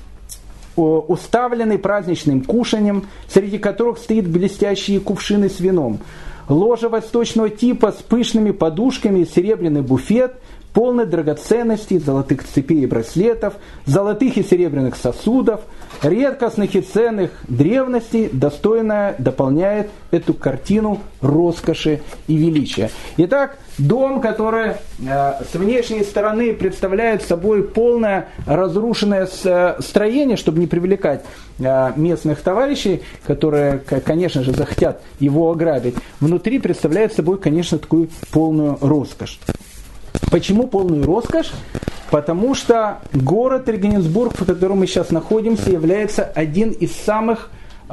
уставленный праздничным кушаньем, среди которых стоят блестящие кувшины с вином. Ложа восточного типа с пышными подушками, серебряный буфет, полный драгоценностей, золотых цепей и браслетов, золотых и серебряных сосудов, редкостных и ценных древностей, достойно дополняет эту картину роскоши и величия. Итак, дом, который э, с внешней стороны представляет собой полное разрушенное строение, чтобы не привлекать э, местных товарищей, которые, конечно же, захотят его ограбить, внутри представляет собой, конечно, такую полную роскошь. Почему полную роскошь? Потому что город Регенсбург, в котором мы сейчас находимся, является один из самых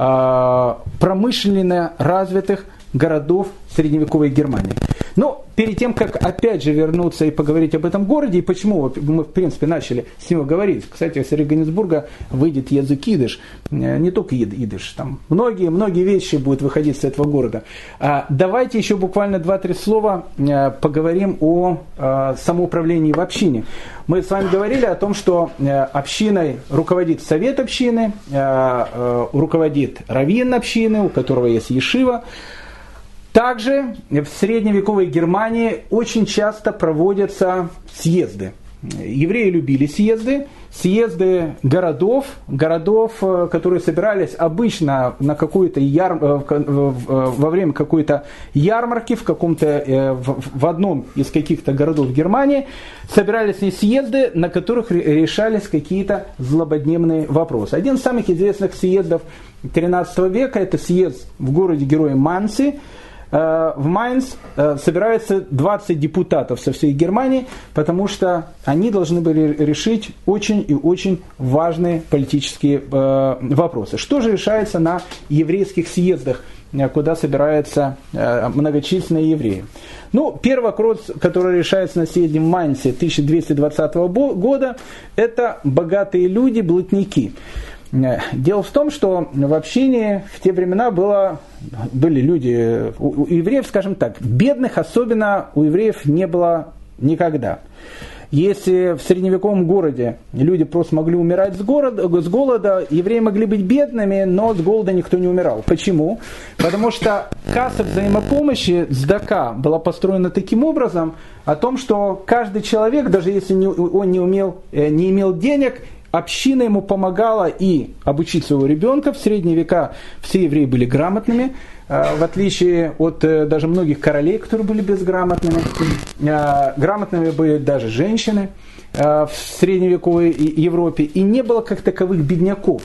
э, промышленно развитых городов средневековой Германии. Но перед тем, как опять же вернуться и поговорить об этом городе, и почему мы, в принципе, начали с него говорить. Кстати, из Регенсбурга выйдет язык идиш, не только идиш, там многие-многие вещи будут выходить с этого города. Давайте еще буквально два-три слова поговорим о самоуправлении в общине. Мы с вами говорили о том, что общиной руководит совет общины, руководит раввин общины, у которого есть ешива. Также в средневековой Германии очень часто проводятся съезды. Евреи любили съезды, съезды городов, городов, которые собирались обычно на какую-то яр... во время какой-то ярмарки в, каком-то, в одном из каких-то городов Германии, собирались не съезды, на которых решались какие-то злободневные вопросы. Один из самых известных съездов тринадцатого века – это съезд в городе-герое Манси. В Майнц собирается двадцать депутатов со всей Германии, потому что они должны были решить очень и очень важные политические вопросы. Что же решается на еврейских съездах, куда собираются многочисленные евреи? Ну, первый вопрос, который решается на съезде в Майнце тысяча двести двадцатого года, это богатые люди, блатники. Дело в том, что в общине в те времена было, были люди, у, у евреев, скажем так, бедных особенно у евреев не было никогда. Если в средневековом городе люди просто могли умирать с, города, с голода, евреи могли быть бедными, но с голода никто не умирал. Почему? Потому что касса взаимопомощи, цдака, была построена таким образом, о том, что каждый человек, даже если он не, умел, не имел денег, община ему помогала и обучить своего ребенка. В средние века все евреи были грамотными, в отличие от даже многих королей, которые были безграмотными. Грамотными были даже женщины в средневековой Европе. И не было как таковых бедняков.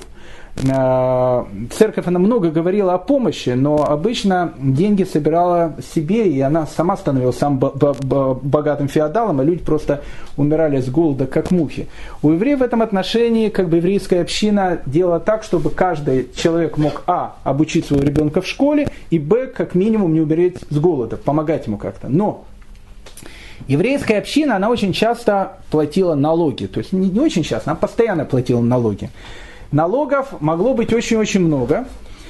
Церковь, она много говорила о помощи, но обычно деньги собирала себе, и она сама становилась самым богатым феодалом, а люди просто умирали с голода, как мухи. У евреев в этом отношении, как бы еврейская община делала так, чтобы каждый человек мог, а, обучить своего ребенка в школе, и, б, как минимум не умереть с голода, помогать ему как-то. Но еврейская община, она очень часто платила налоги, то есть не, не очень часто, она постоянно платила налоги. Налогов могло быть очень-очень много.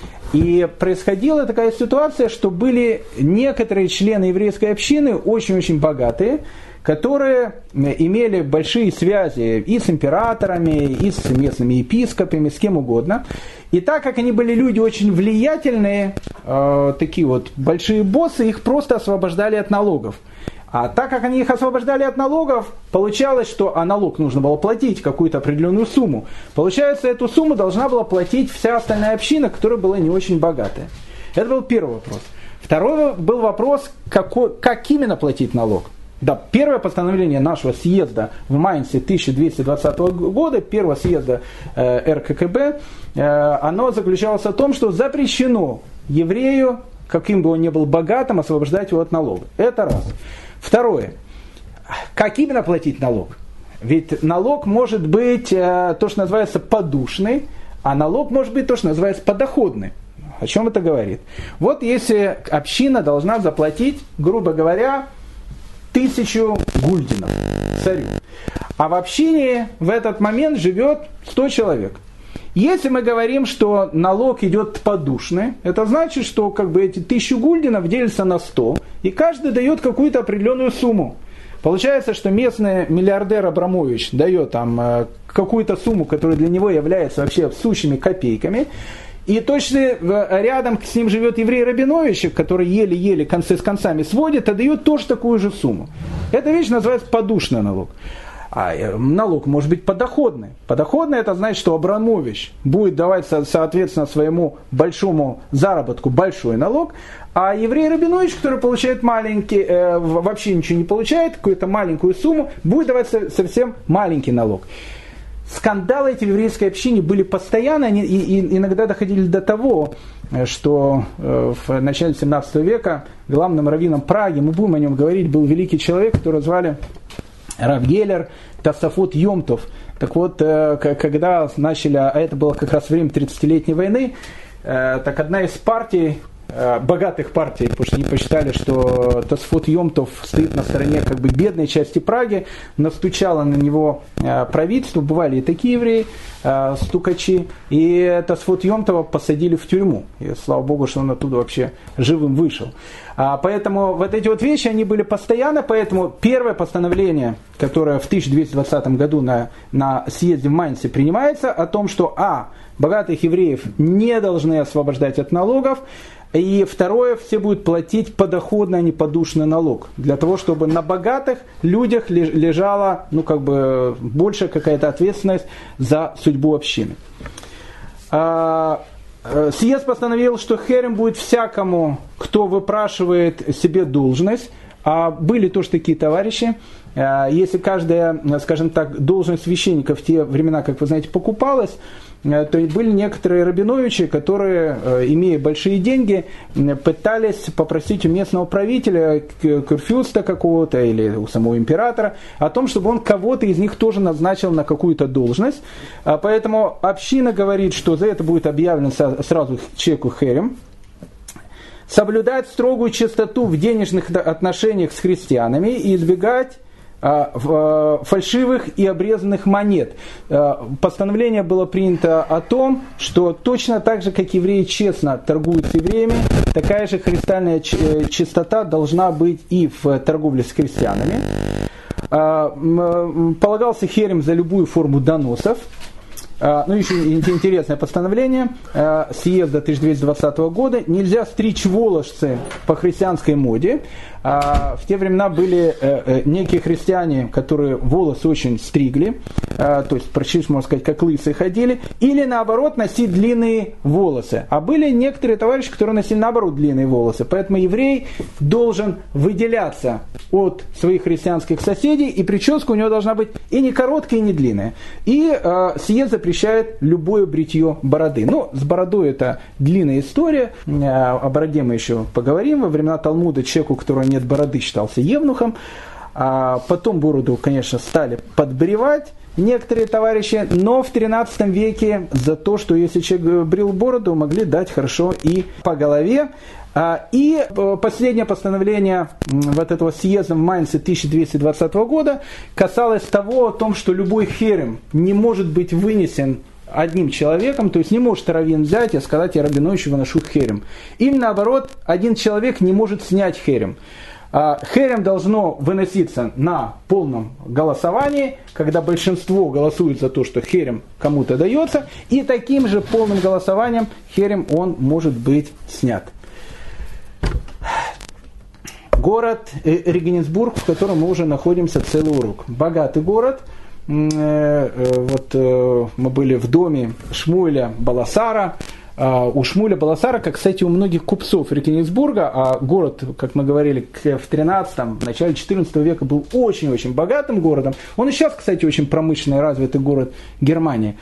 И происходила такая ситуация, что были некоторые члены еврейской общины очень-очень богатые, которые имели большие связи и с императорами, и с местными епископами, с кем угодно. И так как они были люди очень влиятельные, э, такие вот большие боссы, их просто освобождали от налогов. А так как они их освобождали от налогов, получалось, что а налог нужно было платить какую-то определенную сумму. Получается, эту сумму должна была платить вся остальная община, которая была не очень богатая. Это был первый вопрос. Второй был вопрос, какой, как именно платить налог. Да, первое постановление нашего съезда в Майнце тысяча двести двадцатого года, первого съезда э, эр ка ка бэ, э, оно заключалось о том, что запрещено еврею, каким бы он ни был богатым, освобождать его от налога. Это раз. Второе. Как именно платить налог? Ведь налог может быть э, то, что называется подушный, а налог может быть то, что называется подоходный. О чем это говорит? Вот если община должна заплатить, грубо говоря, тысячу гульдинов царю, а в общине в этот момент живет сто человек. Если мы говорим, что налог идет подушный, это значит, что как бы эти тысячу гульдинов делятся на сто, и каждый дает какую-то определенную сумму. Получается, что местный миллиардер Абрамович дает там какую-то сумму, которая для него является вообще сущими копейками, и точно рядом с ним живет еврей Рабинович, который еле-еле концы с концами сводит, а дает тоже такую же сумму. Эта вещь называется подушный налог. А налог может быть подоходный. Подоходный — это значит, что Абрамович будет давать, соответственно, своему большому заработку большой налог, а еврей Рабинович, который получает маленький, э, вообще ничего не получает, какую-то маленькую сумму, будет давать совсем маленький налог. Скандалы эти в еврейской общине были постоянно, они и, и иногда доходили до того, что э, в начале семнадцатого века главным раввином Праги, мы будем о нем говорить, был великий человек, которого звали Рав Геллер Тосафот Йомтов. Так вот, когда начали, а это было как раз время тридцатилетней войны, так одна из партий, богатых партий, потому что они посчитали, что Тосафот Йомтов стоит на стороне как бы бедной части Праги, настучало на него правительство, бывали и такие евреи, стукачи, и Тосафот Йомтова посадили в тюрьму. И слава Богу, что он оттуда вообще живым вышел. А поэтому вот эти вот вещи, они были постоянно, поэтому первое постановление, которое в тысяча двести двадцатом году на, на съезде в Майнце принимается, о том, что а. богатых евреев не должны освобождать от налогов, и второе, все будут платить подоходный, а не подушный налог, для того, чтобы на богатых людях лежала, ну, как бы, большая какая-то ответственность за судьбу общины. Съезд постановил, что херем будет всякому, кто выпрашивает себе должность. А были тоже такие товарищи. Если каждая, скажем так, должность священника в те времена, как вы знаете, покупалась, то были некоторые рабиновичи, которые, имея большие деньги, пытались попросить у местного правителя, курфюрста какого-то или у самого императора, о том, чтобы он кого-то из них тоже назначил на какую-то должность. Поэтому община говорит, что за это будет объявлен сразу человеку херем. Соблюдать строгую чистоту в денежных отношениях с христианами и избегать фальшивых и обрезанных монет. Постановление было принято о том, что точно так же, как евреи честно торгуют с евреями, такая же христианская чистота должна быть и в торговле с христианами. Полагался херем за любую форму доносов. Ну, еще интересное постановление съезда тысяча двести двадцатого года. Нельзя стричь волосы по христианской моде. В те времена были некие христиане, которые волосы очень стригли, то есть практически, можно сказать, как лысые ходили, или наоборот носить длинные волосы. А были некоторые товарищи, которые носили наоборот длинные волосы. Поэтому еврей должен выделяться от своих христианских соседей, и прическа у него должна быть и не короткая, и не длинная. И съезд запрещает любое бритье бороды. Ну, с бородой это длинная история. О бороде мы еще поговорим. Во времена Талмуда человеку, у которого нет бороды, считался евнухом. А потом бороду, конечно, стали подбривать некоторые товарищи, но в тринадцатом веке за то, что если человек брил бороду, могли дать хорошо и по голове. И последнее постановление вот этого съезда в Майнце тысяча двести двадцатого года касалось того, о том, что любой херем не может быть вынесен одним человеком, то есть не может раввин взять и сказать: я рабиновичу выношу херем. Или наоборот, один человек не может снять херем. Херем должно выноситься на полном голосовании, когда большинство голосует за то, что херем кому-то дается, и таким же полным голосованием херем он может быть снят. Город Регенсбург, в котором мы уже находимся целый урок. Богатый город. Вот мы были в доме Шмуэля Баласара. У Шмуэля Баласара, как, кстати, у многих купцов Регенсбурга, а город, как мы говорили, в тринадцатом, в начале четырнадцатого века был очень-очень богатым городом. Он и сейчас, кстати, очень промышленный, развитый город Германии.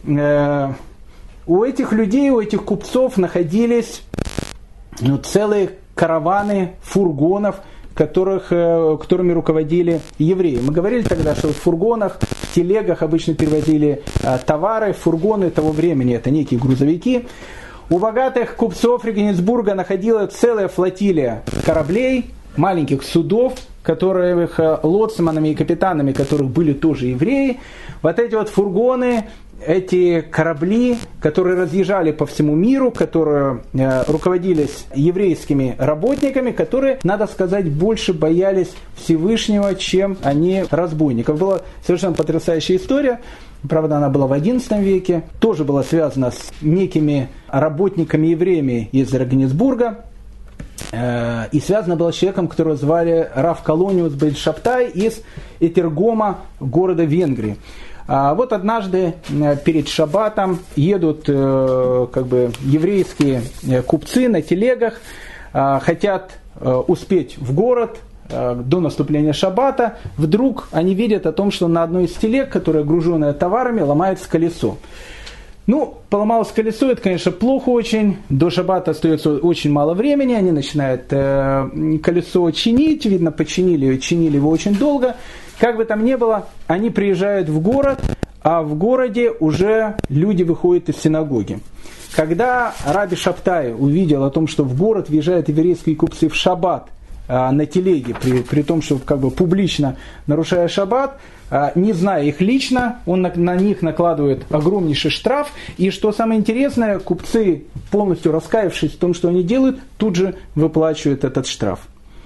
У этих людей, у этих купцов находились ну, целые караваны фургонов, которых, которыми руководили евреи. Мы говорили тогда, что в фургонах, в телегах обычно перевозили товары, фургоны того времени, это некие грузовики. У богатых купцов Регенсбурга находилась целая флотилия кораблей, маленьких судов, которых лоцманами и капитанами которых были тоже евреи. Вот эти вот фургоны, эти корабли, которые разъезжали по всему миру, которые э, руководились еврейскими работниками, которые, надо сказать, больше боялись Всевышнего, чем они разбойников. Была совершенно потрясающая история. Правда, она была в одиннадцатом веке. Тоже была связана с некими работниками-евреями из Регенсбурга. Э, и связана была с человеком, которого звали Рав Колониус Бейт Шабтай из Этергома, города Венгрии. А вот однажды перед шаббатом едут как бы еврейские купцы на телегах, хотят успеть в город до наступления шаббата. Вдруг они видят о том, что на одной из телег, которая груженная товарами, ломается колесо. Ну, поломалось колесо, это, конечно, плохо очень. До шаббата остается очень мало времени. Они начинают колесо чинить. Видно, починили, чинили его очень долго. Как бы там ни было, они приезжают в город, а в городе уже люди выходят из синагоги. Когда Раби Шабтай увидел о том, что в город въезжают еврейские купцы в шаббат а, на телеге, при, при том, что как бы публично нарушая шаббат, а, не зная их лично, он на, на них накладывает огромнейший штраф. И что самое интересное, купцы, полностью раскаявшись в том, что они делают, тут же выплачивают этот штраф.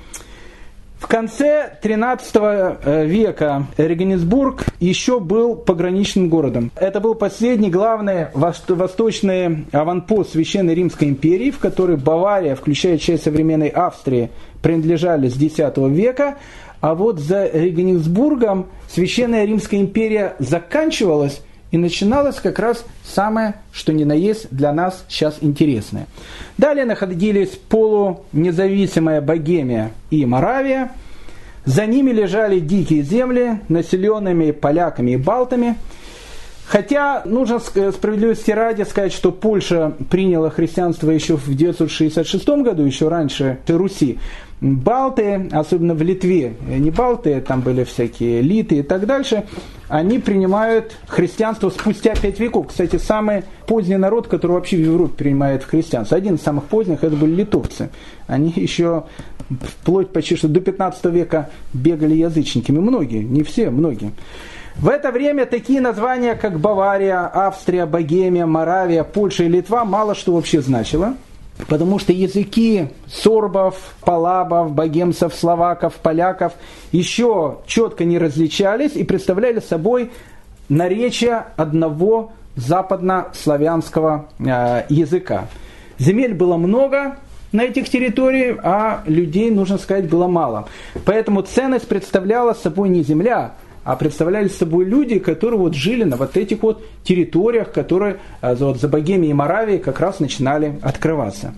В конце тринадцатого века Регенсбург еще был пограничным городом. Это был последний главный восточный аванпост Священной Римской империи, в который Бавария, включая часть современной Австрии, принадлежали с десятого века. А вот за Регенсбургом Священная Римская империя заканчивалась, и начиналось как раз самое, что ни на есть для нас сейчас интересное. Далее находились полунезависимая Богемия и Моравия. За ними лежали дикие земли, населенными поляками и балтами. Хотя, нужно справедливости ради сказать, что Польша приняла христианство еще в девятьсот шестьдесят шестом году, еще раньше Руси. Балты, особенно в Литве, не балты, там были всякие литы и так дальше, они принимают христианство спустя пять веков. Кстати, самый поздний народ, который вообще в Европе принимает христианство, один из самых поздних, это были литовцы. Они еще вплоть почти что до пятнадцатого века бегали язычниками. Многие, не все, многие. В это время такие названия, как Бавария, Австрия, Богемия, Моравия, Польша и Литва мало что вообще значило. Потому что языки сорбов, палабов, богемцев, словаков, поляков еще четко не различались и представляли собой наречие одного западнославянского э, языка. Земель было много на этих территориях, а людей, нужно сказать, было мало. Поэтому ценность представляла собой не земля, а представляли собой люди, которые вот жили на вот этих вот территориях, которые вот за Богемией и Моравией как раз начинали открываться.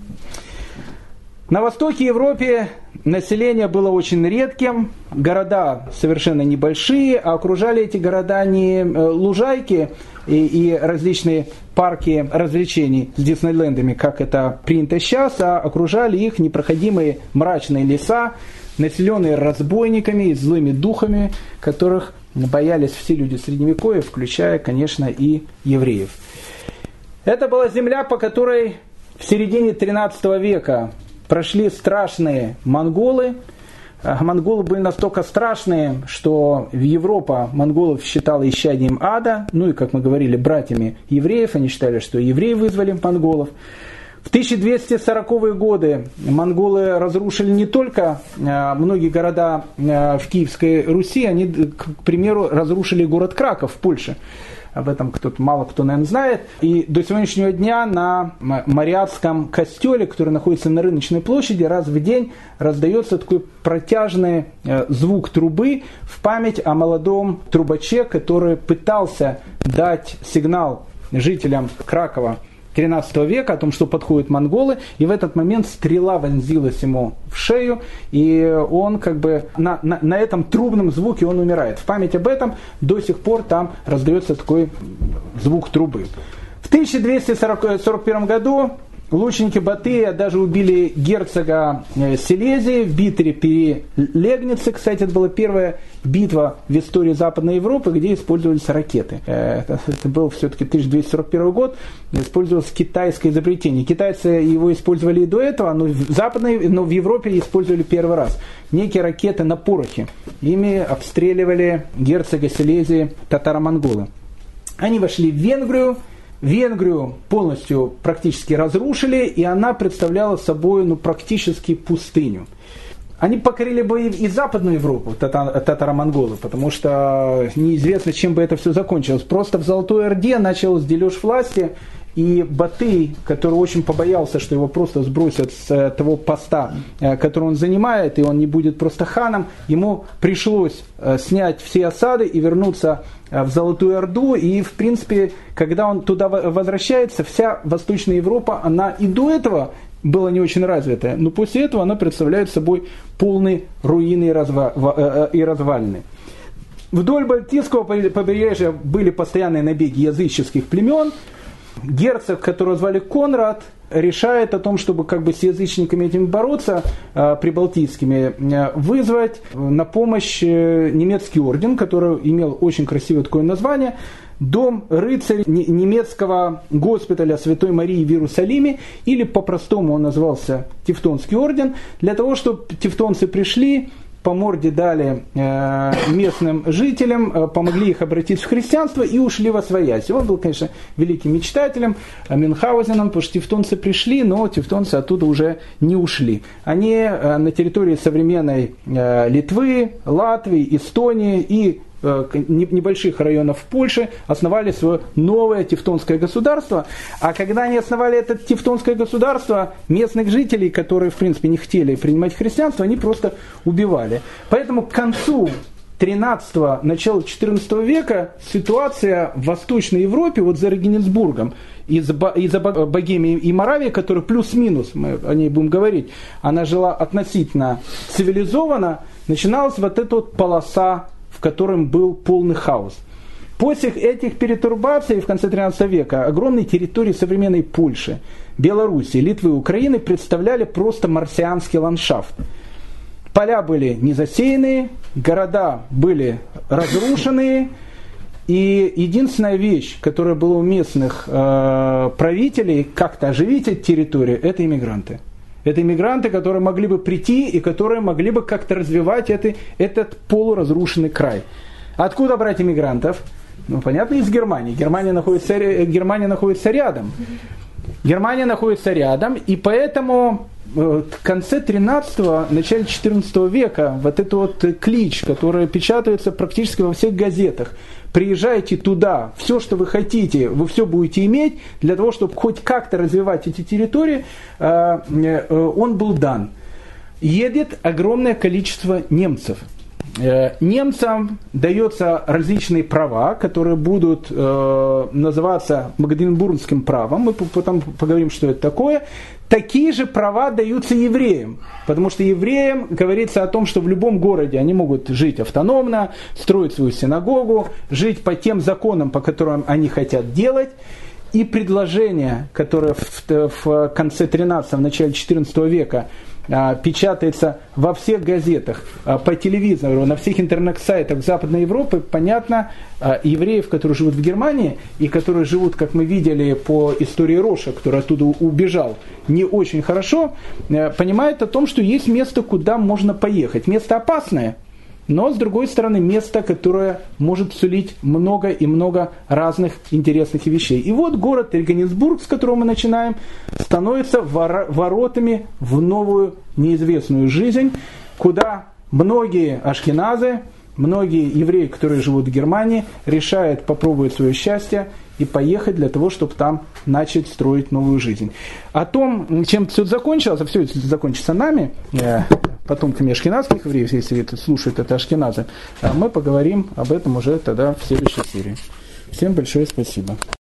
На востоке Европы население было очень редким, города совершенно небольшие, а окружали эти города не лужайки и, и различные парки развлечений с Диснейлендами, как это принято сейчас, а окружали их непроходимые мрачные леса, населенные разбойниками и злыми духами, которых боялись все люди Средневековья, включая, конечно, и евреев. Это была земля, по которой в середине тринадцатого века прошли страшные монголы. Монголы были настолько страшные, что в Европа монголов считала исчадием ада, ну и, как мы говорили, братьями евреев. Они считали, что евреи вызвали монголов. В тысяча двести сороковые годы монголы разрушили не только э, многие города э, в Киевской Руси, они, к примеру, разрушили город Краков в Польше. Об этом кто-то, мало кто, наверное, знает. И до сегодняшнего дня на Мариатском костеле, который находится на Рыночной площади, раз в день раздается такой протяжный э, звук трубы в память о молодом трубаче, который пытался дать сигнал жителям Кракова тринадцатого века о том, что подходят монголы, и в этот момент стрела вонзилась ему в шею, и он как бы на, на, на этом трубном звуке он умирает. В память об этом до сих пор там раздается такой звук трубы. В тысяча двести сорок первом году лучники Батыя даже убили герцога Силезии в битве при Легнице. Кстати, это была первая битва в истории Западной Европы, где использовались ракеты. Это, это был все-таки тысяча двести сорок первый год, использовалось китайское изобретение. Китайцы его использовали и до этого, но в, Западной, но в Европе использовали первый раз. Некие ракеты на порохе. Ими обстреливали герцога Силезии татаро-монголы. Они вошли в Венгрию. Венгрию полностью практически разрушили, и она представляла собой ну, практически пустыню. Они покорили бы и Западную Европу, татаро-монголы, потому что неизвестно, чем бы это все закончилось. Просто в Золотой Орде начался дележ власти, и Батый, который очень побоялся, что его просто сбросят с того поста, который он занимает, и он не будет просто ханом, ему пришлось снять все осады и вернуться в Золотую Орду. И, в принципе, когда он туда возвращается, вся Восточная Европа, она и до этого была не очень развитая, но после этого она представляет собой полные руины и развалины. Вдоль Балтийского побережья были постоянные набеги языческих племен. Герцог, которого звали Конрад, решает о том, чтобы как бы с язычниками этим бороться, э, прибалтийскими, э, вызвать на помощь э, немецкий орден, который имел очень красивое такое название, Дом рыцарей немецкого госпиталя Святой Марии в Иерусалиме, или по-простому он назывался Тевтонский орден, для того, чтобы тевтонцы пришли, по морде дали э, местным жителям, э, помогли их обратить в христианство и ушли во своясь. Он был, конечно, великим мечтателем, э, Мюнхгаузеном, потому что тевтонцы пришли, но тевтонцы оттуда уже не ушли. Они э, на территории современной э, Литвы, Латвии, Эстонии и небольших районов Польши основали свое новое тевтонское государство. А когда они основали это тевтонское государство, местных жителей, которые в принципе не хотели принимать христианство, они просто убивали. Поэтому к концу тринадцатого, начала четырнадцатого века ситуация в Восточной Европе, вот за Регенсбургом, из-за Богемии и Моравии, которая плюс-минус, мы о ней будем говорить, она жила относительно цивилизованно, начиналась вот эта вот полоса, в котором был полный хаос. После этих перетурбаций в конце тринадцатого века огромные территории современной Польши, Белоруссии, Литвы, Украины представляли просто марсианский ландшафт. Поля были незасеянные, города были разрушенные, и единственная вещь, которая была у местных э, правителей как-то оживить эту территорию, это иммигранты. Это иммигранты, которые могли бы прийти и которые могли бы как-то развивать это, этот полуразрушенный край. Откуда брать иммигрантов? Ну, понятно, из Германии. Германия находится, Германия находится рядом. Германия находится рядом, и поэтому в конце тринадцатого, начале четырнадцатого века вот этот вот клич, который печатается практически во всех газетах: приезжайте туда, все, что вы хотите, вы все будете иметь, для того, чтобы хоть как-то развивать эти территории, он был дан. Едет огромное количество немцев. Немцам даются различные права, которые будут э, называться Магдебургским правом. Мы потом поговорим, что это такое. Такие же права даются евреям, потому что евреям говорится о том, что в любом городе они могут жить автономно, строить свою синагогу, жить по тем законам, по которым они хотят делать. И предложение, которое в, в конце тринадцатого, в начале четырнадцатого века а, печатается во всех газетах, а, по телевизору, на всех интернет-сайтах Западной Европы, понятно, а, евреев, которые живут в Германии и которые живут, как мы видели по истории Роша, который оттуда убежал, не очень хорошо, а, понимают о том, что есть место, куда можно поехать. Место опасное, но, с другой стороны, место, которое может сулить много и много разных интересных вещей. И вот город Регенсбург, с которого мы начинаем, становится воротами в новую неизвестную жизнь, куда многие ашкеназы, многие евреи, которые живут в Германии, решают попробовать свое счастье и поехать для того, чтобы там начать строить новую жизнь. О том, чем все это закончилось, а все это закончится нами, потомками ашкеназских евреев, если это слушают это ашкеназы, мы поговорим об этом уже тогда в следующей серии. Всем большое спасибо.